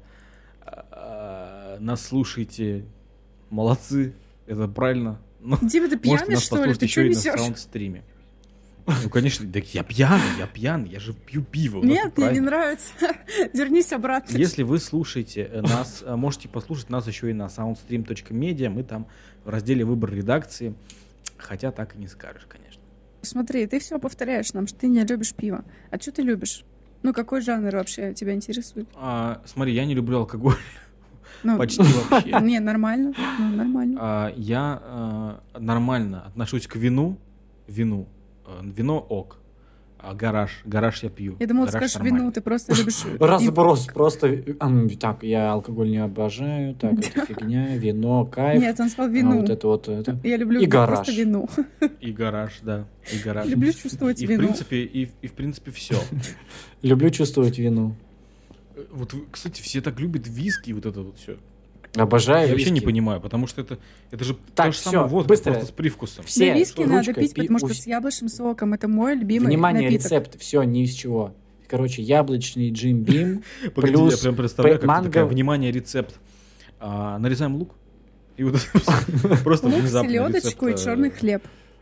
а, нас слушаете, молодцы, это правильно. Но Дима, ты можете пьяный, нас что ли? послушать Ты еще что и на несешь? саундстриме. Ну, конечно, так я пьяный, я пьяный, я же пью пиво. у нас Нет, тут мне не праздник. нравится. Вернись обратно. Если вы слушаете э, нас, э, можете послушать нас еще и на soundstream точка media. Мы там в разделе «Выбор редакции». Хотя так и не скажешь, конечно. Смотри, ты все повторяешь нам, что ты не любишь пиво. А что ты любишь? Ну, какой жанр вообще тебя интересует? А, смотри, я не люблю алкоголь Ну, почти вообще. не, нормально. Ну, нормально. А, я э, нормально отношусь к вину. Вину. Э, Вино ок. А гараж. Гараж я пью. Я думала, ты Гараж скажешь нормально. вину, ты просто любишь... Разброс просто. ам, Так, я алкоголь не обожаю, так, это фигня, вино, кайф. Нет, он сказал а вину. вот это вот это. Я люблю И гараж. просто вину. И гараж, да. И гараж. Люблю чувствовать и, в вину. принципе, и, и в принципе все. Люблю чувствовать вину. Вот, вы- кстати, все так любят виски и вот это вот все. Обожаю Я вообще не виски. понимаю, потому что это, это же Так, то же самое всё, водка, быстро. просто с привкусом. Все Да, виски с надо ручкой пить, пи- потому что у- с яблочным соком это мой любимый Внимание, напиток. рецепт. Все, ни из чего. Короче, яблочный Джим Бим. Погоди, плюс я прям представляю, пэ- как ты такая, манго. внимание, рецепт. А, нарезаем лук. И вот это просто Лук, внезапно селедочку и рецепт, э, черный хлеб.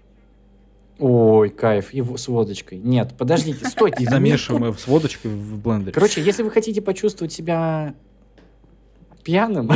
Ой, кайф. И в- с водочкой. Нет, подождите, стойте. И на замешиваем с водочкой в блендере. Короче, если вы хотите почувствовать себя пьяным,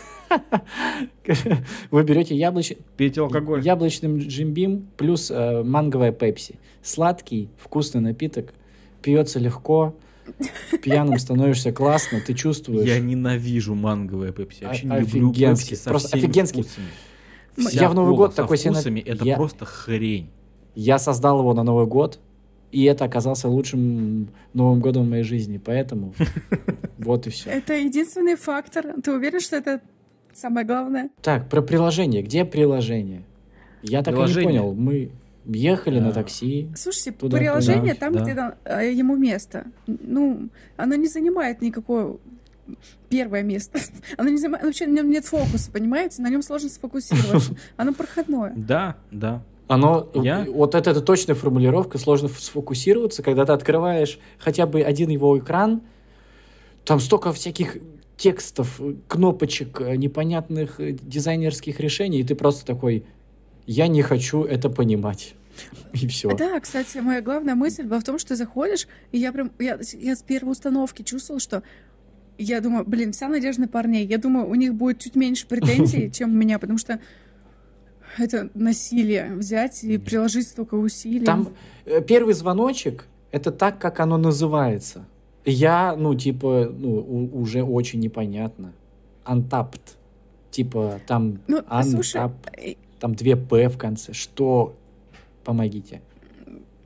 вы берете яблоч... Пейте алкоголь. яблочным джимбим плюс э, манговая пепси. Сладкий, вкусный напиток, пьется легко, пьяным становишься классно, ты чувствуешь. Я ненавижу манговое пепси. Я А- вообще не люблю офигенски. пепси со Просто всеми офигенски. вкусами. Я Вся в Новый кола год со такой себе на- вкусами, это я- просто хрень. Я создал его на Новый год, и это оказался лучшим Новым годом в моей жизни, поэтому вот и все. Это единственный фактор. Ты уверен, что это самое главное? Так, про приложение. Где приложение? Я так и не Приложение. понял. Мы ехали на А. такси. Слушайте, Туда, приложение туда, там, да. где там, э, ему место. Ну, оно не занимает никакое первое место. Оно не занимает, вообще на нем нет фокуса, понимаете? На нем сложно сфокусироваться. Оно проходное. Да, да. Оно, Я? вот это, это точная формулировка, сложно ф- сфокусироваться, когда ты открываешь хотя бы один его экран, там столько всяких текстов, кнопочек, э, непонятных э, дизайнерских решений, и ты просто такой, я не хочу это понимать. И все. Да, кстати, моя главная мысль была в том, что ты заходишь, и я прям, я, я с первой установки чувствовала, что я думаю, блин, вся надежда на парней. Я думаю, у них будет чуть меньше претензий, чем у меня, потому что это насилие взять и приложить столько усилий. Там э, первый звоночек, это так, как оно называется. Я, ну, типа, ну, у- уже очень непонятно. Untapped. Типа, там Ну, слушай, untapped, там две П в конце. Что? Помогите.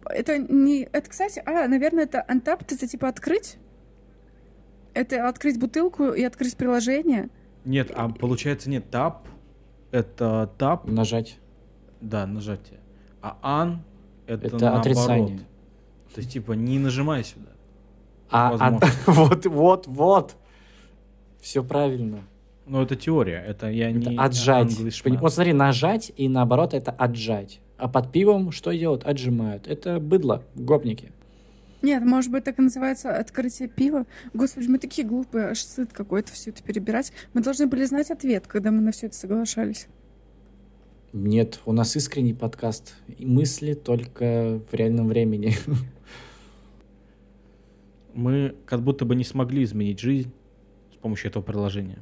это не... Это, кстати, а, наверное, это Untapped, это типа открыть? Это открыть бутылку и открыть приложение? Нет, а получается нет, тап это тап, Нажать. да, нажатие. А ан это, Это наоборот. отрицание. То есть типа не нажимай сюда. А, а- Возможно. вот, вот, вот. Все правильно. Но это теория, это я Это не отжать. English Пони- man. Вот смотри, нажать и наоборот это отжать. А под пивом что делают? Отжимают. Это быдло, гопники. Нет, может быть, так и называется открытие пива. Господи, мы такие глупые, аж стыд какой-то все это перебирать. Мы должны были знать ответ, когда мы на все это соглашались. Нет, у нас искренний подкаст. И мысли только в реальном времени. Мы как будто бы не смогли изменить жизнь с помощью этого приложения.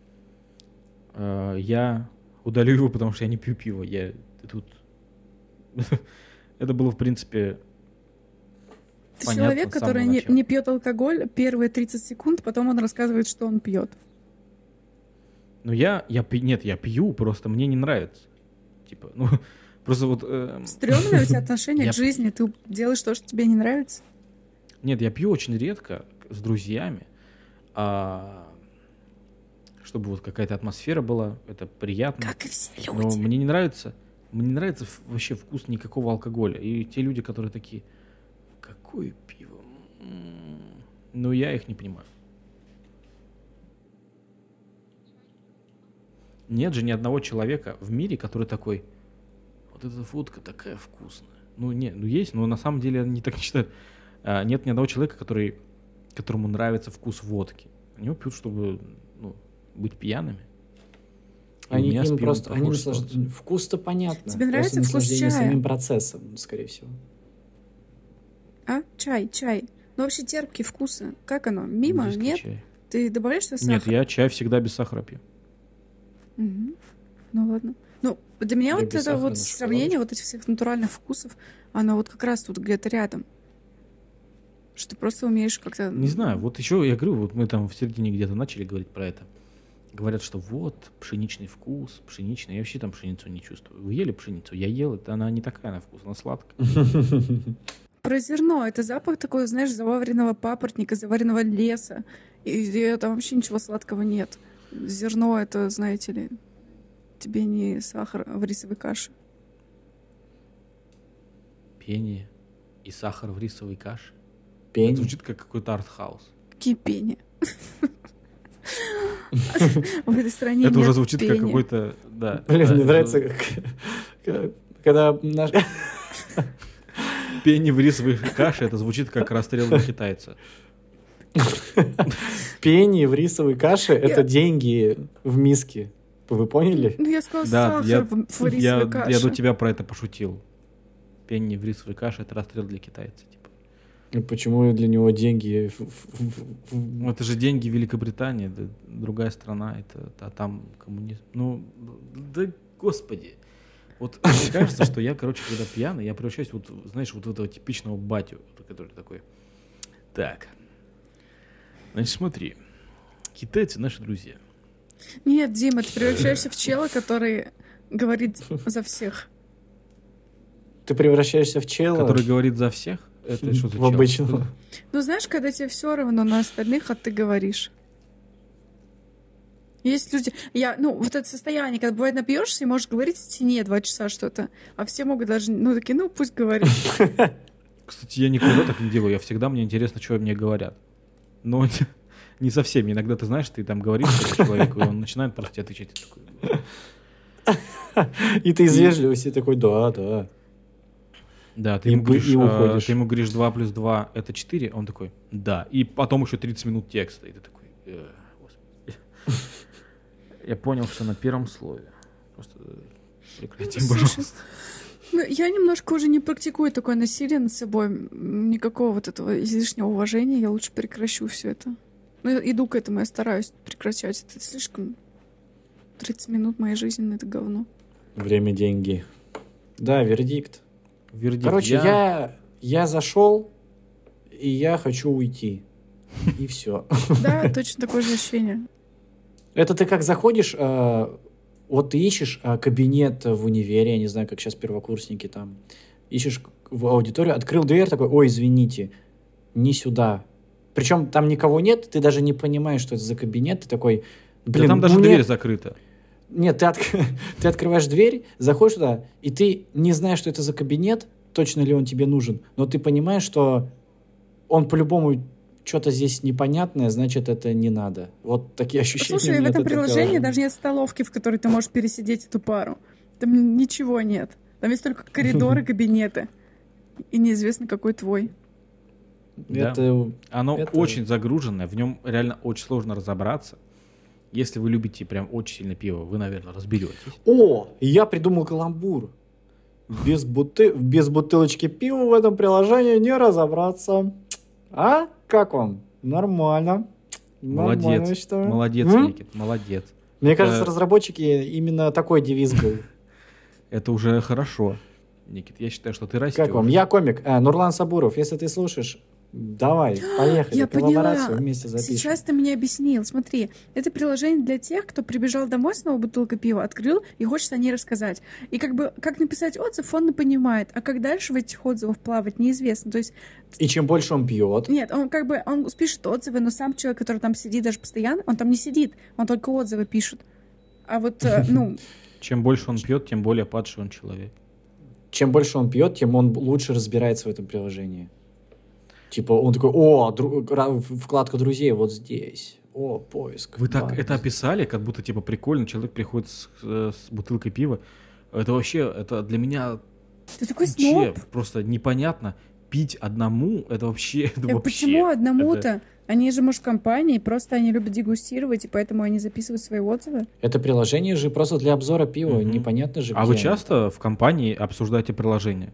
Э, Я удалю его, потому что я не пью пиво. Я тут... Это было, в принципе, Это понятно человек, с самого который не, начала. не пьет алкоголь первые тридцать секунд, потом он рассказывает, что он пьет. Ну, я, я пи- нет, я пью, просто мне не нравится. Типа, ну, просто вот... эм, Стрёмное у тебя отношение Я к жизни. Ты делаешь то, что тебе не нравится. Нет, я пью очень редко с друзьями, а, чтобы вот какая-то атмосфера была, это приятно. Как и все Но люди. мне не нравится, мне не нравится ф- вообще вкус никакого алкоголя. И те люди, которые такие, какое пиво? М, Ну, я их не понимаю. Нет же ни одного человека в мире, который такой, вот эта водка такая вкусная. Ну, нет, ну есть, но на самом деле они так не считают. А, нет ни одного человека, который, которому нравится вкус водки. Они пьют, чтобы ну, быть пьяными. И у Они меня с им пивом просто... Они похожая наслаж- ситуация. Вкус-то понятно. Тебе нравится Просто вкус наслаждение чая? самим процессом, скорее всего. А? Чай, чай. Ну, вообще терпкие вкусы. Как оно? Мимо? Индийский Нет? чай. Ты добавляешь свой Нет, сахар? я чай всегда без сахара пью. Мгм. Ну, ладно. Ну, для меня Я вот без это сахара вот на сравнение шоколадочку. вот этих всех натуральных вкусов, оно вот как раз тут где-то рядом. Что ты просто умеешь как-то... Не знаю, вот еще я говорю, вот мы там в середине где-то начали говорить про это. Говорят, что вот, пшеничный вкус, пшеничный. Я вообще там пшеницу не чувствую. Вы ели пшеницу? Я ел, это она не такая на вкус, она сладкая. Про зерно. Это запах такой, знаешь, заваренного папоротника, заваренного леса. И там вообще ничего сладкого нет. Зерно — это, знаете ли, тебе не сахар в рисовой каше. Пение и сахар в рисовой каше. Это Пень. звучит как какой-то артхаус. Кипение. В этой стране Это уже нет звучит как пения. какой-то, да. Блин, да, мне это нравится, как- как- когда наш... Пение в рисовой каше, это звучит как расстрел на китайца. пени в рисовой каше — это Я- деньги в миске. Вы поняли? Ну, я сказала, Да, сахар я, в в я, рисовой я каше. до тебя про это пошутил. Пение в рисовой каше это расстрел для китайца. Типа. И почему для него деньги... в- в- в- в- Ну, это же деньги Великобритании, да, другая страна, это, а там коммунизм. Ну, да господи. Вот мне кажется, что я, короче, когда пьяный, я превращаюсь, вот, знаешь, вот в этого типичного батю, который такой, так, значит, смотри, китайцы наши друзья. Нет, Дима, ты превращаешься в чела, который говорит за всех. Ты превращаешься в чела, Который говорит за всех? Это что за в чел? обычного. Ну, знаешь, когда тебе все равно на остальных, а ты говоришь. Есть люди... Я, ну, вот это состояние, когда бывает напьешься и можешь говорить в стене два часа что-то, а все могут даже, ну, такие, ну, пусть говорит. Кстати, я никогда так не делаю. Я всегда, мне интересно, что мне говорят. Но не со всеми. Иногда ты знаешь, ты там говоришь что-то человеку, и он начинает просто тебе отвечать. И такой, И ты из вежливости такой, да, да. да, ты И ему, бы- говоришь, и а, уходишь. ты ему говоришь два плюс два это четыре, он такой, да. И потом еще тридцать минут текста. И ты такой, «Э, господи». Я понял, что на первом слове. Просто э, прекратим, Слушай, пожалуйста. Ну, я немножко уже не практикую такое насилие над собой. М, Никакого вот этого излишнего уважения. Я лучше прекращу все это. Ну, я иду к этому, я стараюсь прекращать. Это слишком... тридцать минут моей жизни на это говно. Время, деньги. Да, вердикт. Вердикт. Короче, я, я зашел, и я хочу уйти. И все. Да, точно такое же ощущение. Это ты как заходишь, э, вот ты ищешь э, кабинет в универе, я не знаю, как сейчас первокурсники там, ищешь в аудиторию, открыл дверь, такой, ой, извините, не сюда. Причем там никого нет, ты даже не понимаешь, что это за кабинет, ты такой, блин, да там даже ну дверь нет. закрыта. Нет, ты, от... ты открываешь дверь, заходишь туда, и ты не знаешь, что это за кабинет, точно ли он тебе нужен, но ты понимаешь, что он по-любому что-то здесь непонятное, значит, это не надо. Вот такие ощущения. Слушай, в этом приложении даже нет столовки, в которой ты можешь пересидеть эту пару. Там ничего нет. Там есть только коридоры, кабинеты. И неизвестно, какой твой. Да. Это... Оно это... очень загруженное, в нем реально очень сложно разобраться. Если вы любите прям очень сильно пиво, вы, наверное, разберетесь. О, я придумал каламбур. Без, буты... Без бутылочки пива в этом приложении не разобраться. А? Как вам? Нормально. Молодец, Нормально, что? молодец, М? Никит, молодец. Мне Это... кажется, разработчики именно такой девиз был. Это уже хорошо. Никит, я считаю, что ты растешь. Как вам? Я комик. А, Нурлан Сабуров, если ты слушаешь, давай, поехали. Я Коллаборацию поняла. вместе запишем. Сейчас ты мне объяснил. Смотри, это приложение для тех, кто прибежал домой с новой бутылкой пива, открыл и хочет о ней рассказать. И как бы, как написать отзыв, он не понимает. А как дальше в этих отзывах плавать, неизвестно. То есть... И чем больше он пьет... Нет, он как бы, он пишет отзывы, но сам человек, который там сидит даже постоянно, он там не сидит, он только отзывы пишет. А вот, ну... Чем больше он пьет, тем более падший он человек. Чем больше он пьет, тем он лучше разбирается в этом приложении. Типа он такой, о, дру... вкладка друзей вот здесь. О, поиск. Вы так Банк. это описали, как будто типа прикольно, человек приходит с, с бутылкой пива. Это вообще, это для меня Ты такой вообще сноб. просто непонятно. Пить одному, это вообще... Это Так вообще почему одному-то? это... Они же, может, компании, просто они любят дегустировать, и поэтому они записывают свои отзывы. Это приложение же просто для обзора пива, Мгм. непонятно же. А где вы оно. часто в компании обсуждаете приложение?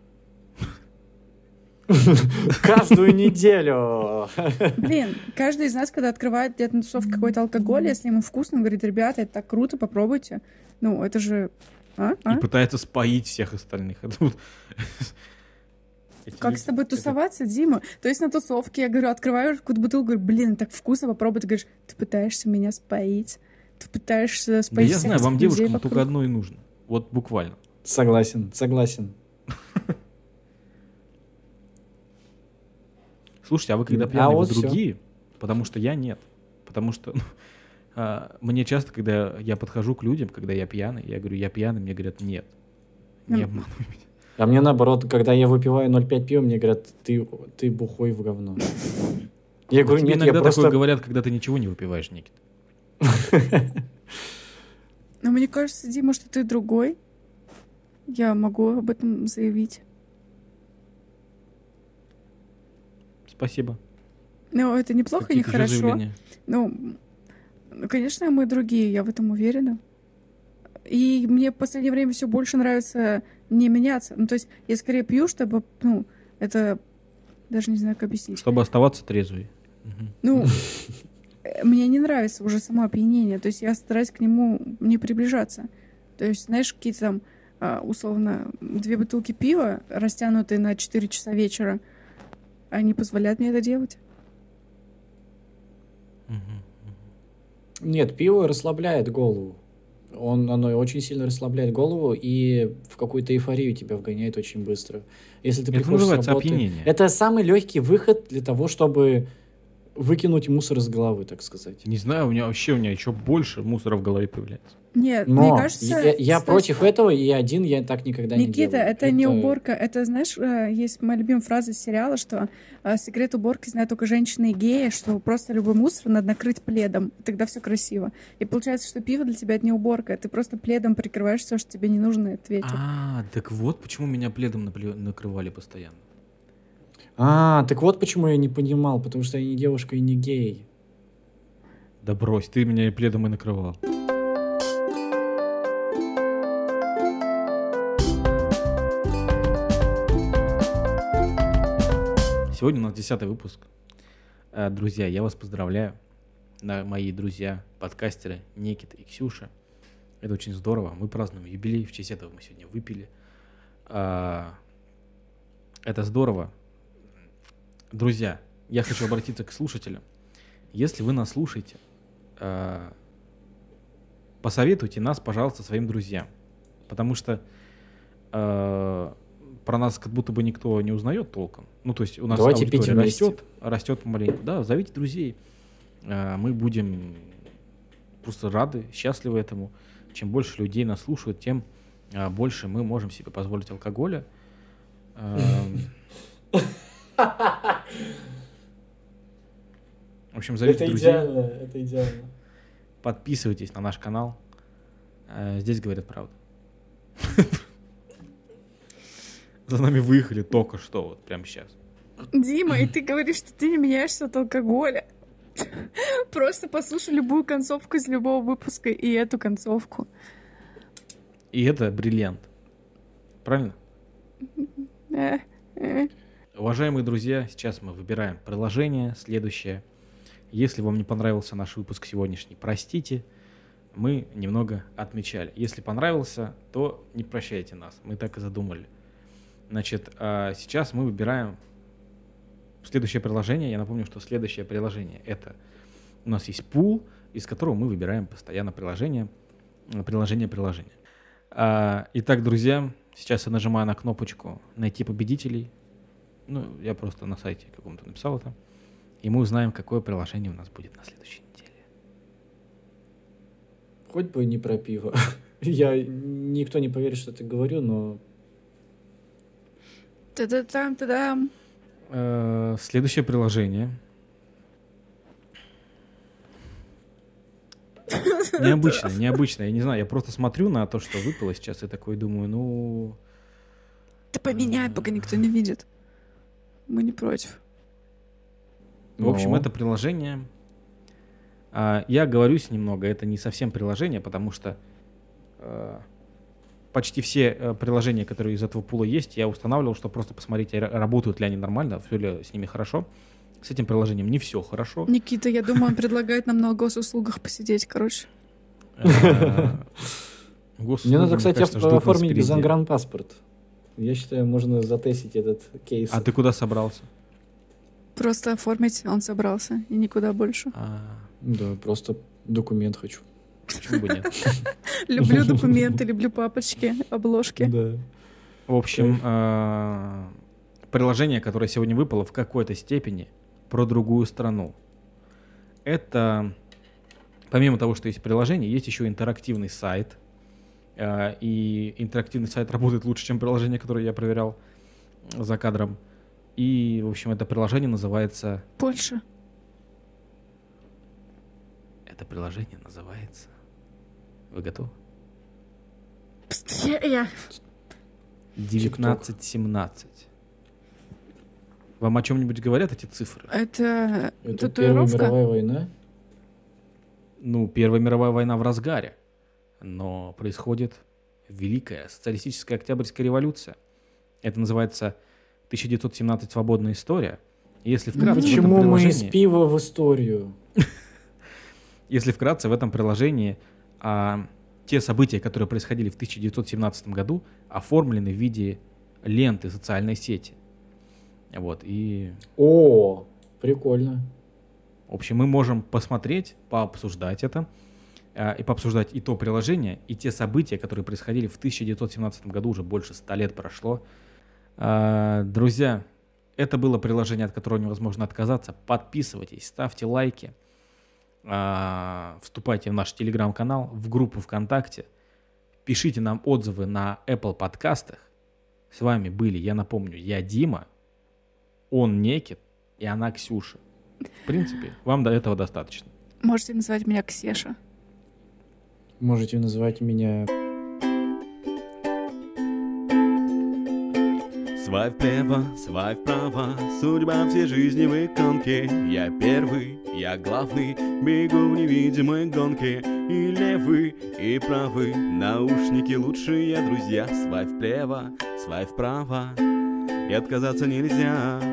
Каждую неделю. Блин, каждый из нас, когда открывает где-то на тусовке какой-то алкоголь, если ему вкусно, он говорит, ребята, это так круто, попробуйте. Ну, это же... А? А? И пытается споить всех остальных. Это вот- Эти Как люди- с тобой это- тусоваться, Дима? То есть на тусовке я говорю, открываю какую-то бутылку, говорю, блин, так вкусно, попробуй. Ты говоришь, ты пытаешься меня споить, ты пытаешься Да споить я всех знаю, вам этих людей девушкам вокруг». только одно и нужно. Вот буквально. Согласен, согласен. Слушайте, а вы когда А пьяные, вы вот всё. другие? Потому что я нет. Потому что ну, а, мне часто, когда я подхожу к людям, когда я пьяный, я говорю, я пьяный, мне говорят, нет. Не Ну, обманывай меня. А мне наоборот, когда я выпиваю ноль пять пива, мне говорят, ты, ты бухой в говно. Я А говорю, тебе нет, я иногда такое просто... говорят, когда ты ничего не выпиваешь, Никит. Но мне кажется, Дима, что ты другой. Я могу об этом заявить. Спасибо. Ну, это неплохо, Какие-то еще нехорошо. заявления? Ну, ну, конечно, мы другие, я в этом уверена. И мне в последнее время все больше нравится не меняться. Ну, то есть я скорее пью, чтобы, ну, это... Даже не знаю, как объяснить. Чтобы оставаться трезвой. Мгм. Ну, э, мне не нравится уже само опьянение. То есть я стараюсь к нему не приближаться. То есть, знаешь, какие-то там, а, условно, две бутылки пива, растянутые на четыре часа вечера, они позволяют мне это делать. Мгм. Нет, пиво расслабляет голову. Он, оно очень сильно расслабляет голову и в какую-то эйфорию тебя вгоняет очень быстро. Если ты Это приходишь с называется работы... опьянение. Это самый легкий выход для того, чтобы выкинуть мусор из головы, так сказать. Не знаю, у меня вообще у меня еще больше мусора в голове появляется. Нет, Но мне кажется... я, я кстати, против этого, и один я так никогда не Никита, делаю. это, не уборка. Это, знаешь, э, есть моя любимая фраза из сериала, что э, секрет уборки знают только женщины и геи, что просто любой мусор надо накрыть пледом, и тогда все красиво. И получается, что пиво для тебя это не уборка, ты просто пледом прикрываешь все, что тебе не нужно этот вечер. А, так вот почему меня пледом напле- накрывали постоянно. А, так вот почему я не понимал, потому что я не девушка и не гей. Да брось, ты меня и пледом и накрывал. Сегодня у нас десятый выпуск. Э, Друзья, я вас поздравляю. На- Мои друзья, подкастеры Никита и Ксюша. Это очень здорово. Мы празднуем юбилей. В честь этого мы сегодня выпили. А, Это здорово. Друзья, я хочу обратиться к слушателям. Если вы нас слушаете, э, посоветуйте нас, пожалуйста, своим друзьям. Потому что э, про нас как будто бы никто не узнает толком. Ну, то есть у нас Давайте аудитория пить вместе. растет, растет помаленьку. Да, зовите друзей. А, Мы будем просто рады, счастливы этому. Чем больше людей нас слушают, тем а, больше мы можем себе позволить алкоголя. Ам, В общем, зовите Это друзей, идеально, это идеально. подписывайтесь на наш канал. А, Здесь говорят правду. За нами выехали только что, вот прямо сейчас. Дима, и ты говоришь, что ты не меняешься от алкоголя. Просто послушай любую концовку из любого выпуска и эту концовку. И это бриллиант. Правильно? Э, э. Уважаемые друзья, сейчас мы выбираем приложение следующее. Если вам не понравился наш выпуск сегодняшний, простите, мы немного отмечали. Если понравился, то не прощайте нас, мы так и задумали. Значит, а сейчас мы выбираем следующее приложение. Я напомню, что следующее приложение — это у нас есть пул, из которого мы выбираем постоянно приложение, приложение, приложение. А, Итак, друзья, сейчас я нажимаю на кнопочку «Найти победителей». Ну, я просто на сайте каком-то написал это. И мы узнаем, какое приложение у нас будет на следующей неделе. Хоть бы не про пиво. Я никто не поверит, что ты говорю, но Та-да-там, та-дам. Э, Следующее приложение. Необычное, необычное. Я не знаю, я просто смотрю на то, что выпало сейчас, и такой думаю, ну... Да поменяй, пока никто не видит. Мы не против. В общем, Ну. это приложение. а, Я оговорюсь немного, это не совсем приложение, потому что э, почти все э, приложения, которые из этого пула есть, я устанавливал, чтобы просто посмотреть, ра- работают ли они нормально, все ли с ними хорошо. С этим приложением не все хорошо. Никита, я думаю, он предлагает нам на госуслугах посидеть, короче. Э, госуслуги, мне надо, кстати, кажется, ждут нас оформить впереди. загранпаспорт. Я считаю, можно затестить этот кейс. А ты куда собрался? Просто оформить он собрался, и никуда больше. А, Да, просто документ хочу. Почему бы нет? Люблю документы, люблю папочки, обложки. Да. В общем, э, приложение, которое сегодня выпало, в какой-то степени про другую страну. Это, помимо того, что есть приложение, есть еще интерактивный сайт. Э, И интерактивный сайт работает лучше, чем приложение, которое я проверял за кадром. И, в общем, это приложение называется... Польша. Это приложение называется... Вы готовы? Пст, Я, я. девятнадцать семнадцать. Вам о чем-нибудь говорят эти цифры? Это Это Первая татуировка? мировая война? Ну, Первая мировая война в разгаре, но происходит Великая социалистическая Октябрьская революция. Это называется тысяча девятьсот семнадцать «Свободная история». Если вкратце, в этом Почему мы из приложении, пива в историю? если вкратце в этом приложении а, те события, которые происходили в тысяча девятьсот семнадцатом году, оформлены в виде ленты социальной сети. Вот, и, О, прикольно. в общем, мы можем посмотреть, пообсуждать это, а, и пообсуждать и то приложение, и те события, которые происходили в тысяча девятьсот семнадцатом году, уже больше ста лет прошло. А, Друзья, это было приложение, от которого невозможно отказаться. Подписывайтесь, ставьте лайки, а, вступайте в наш телеграм-канал, в группу ВКонтакте, пишите нам отзывы на Apple подкастах. С вами были, я напомню, я Дима, он Некит и она Ксюша. В принципе, вам до этого достаточно. Можете называть меня Ксеша. Можете называть меня... Свай вправо, свай вправо, судьба всей жизни в иконке. Я первый, я главный, бегу в невидимой гонке. И левый, и правый, наушники лучшие друзья. Свай вправо, свай вправо, и отказаться нельзя.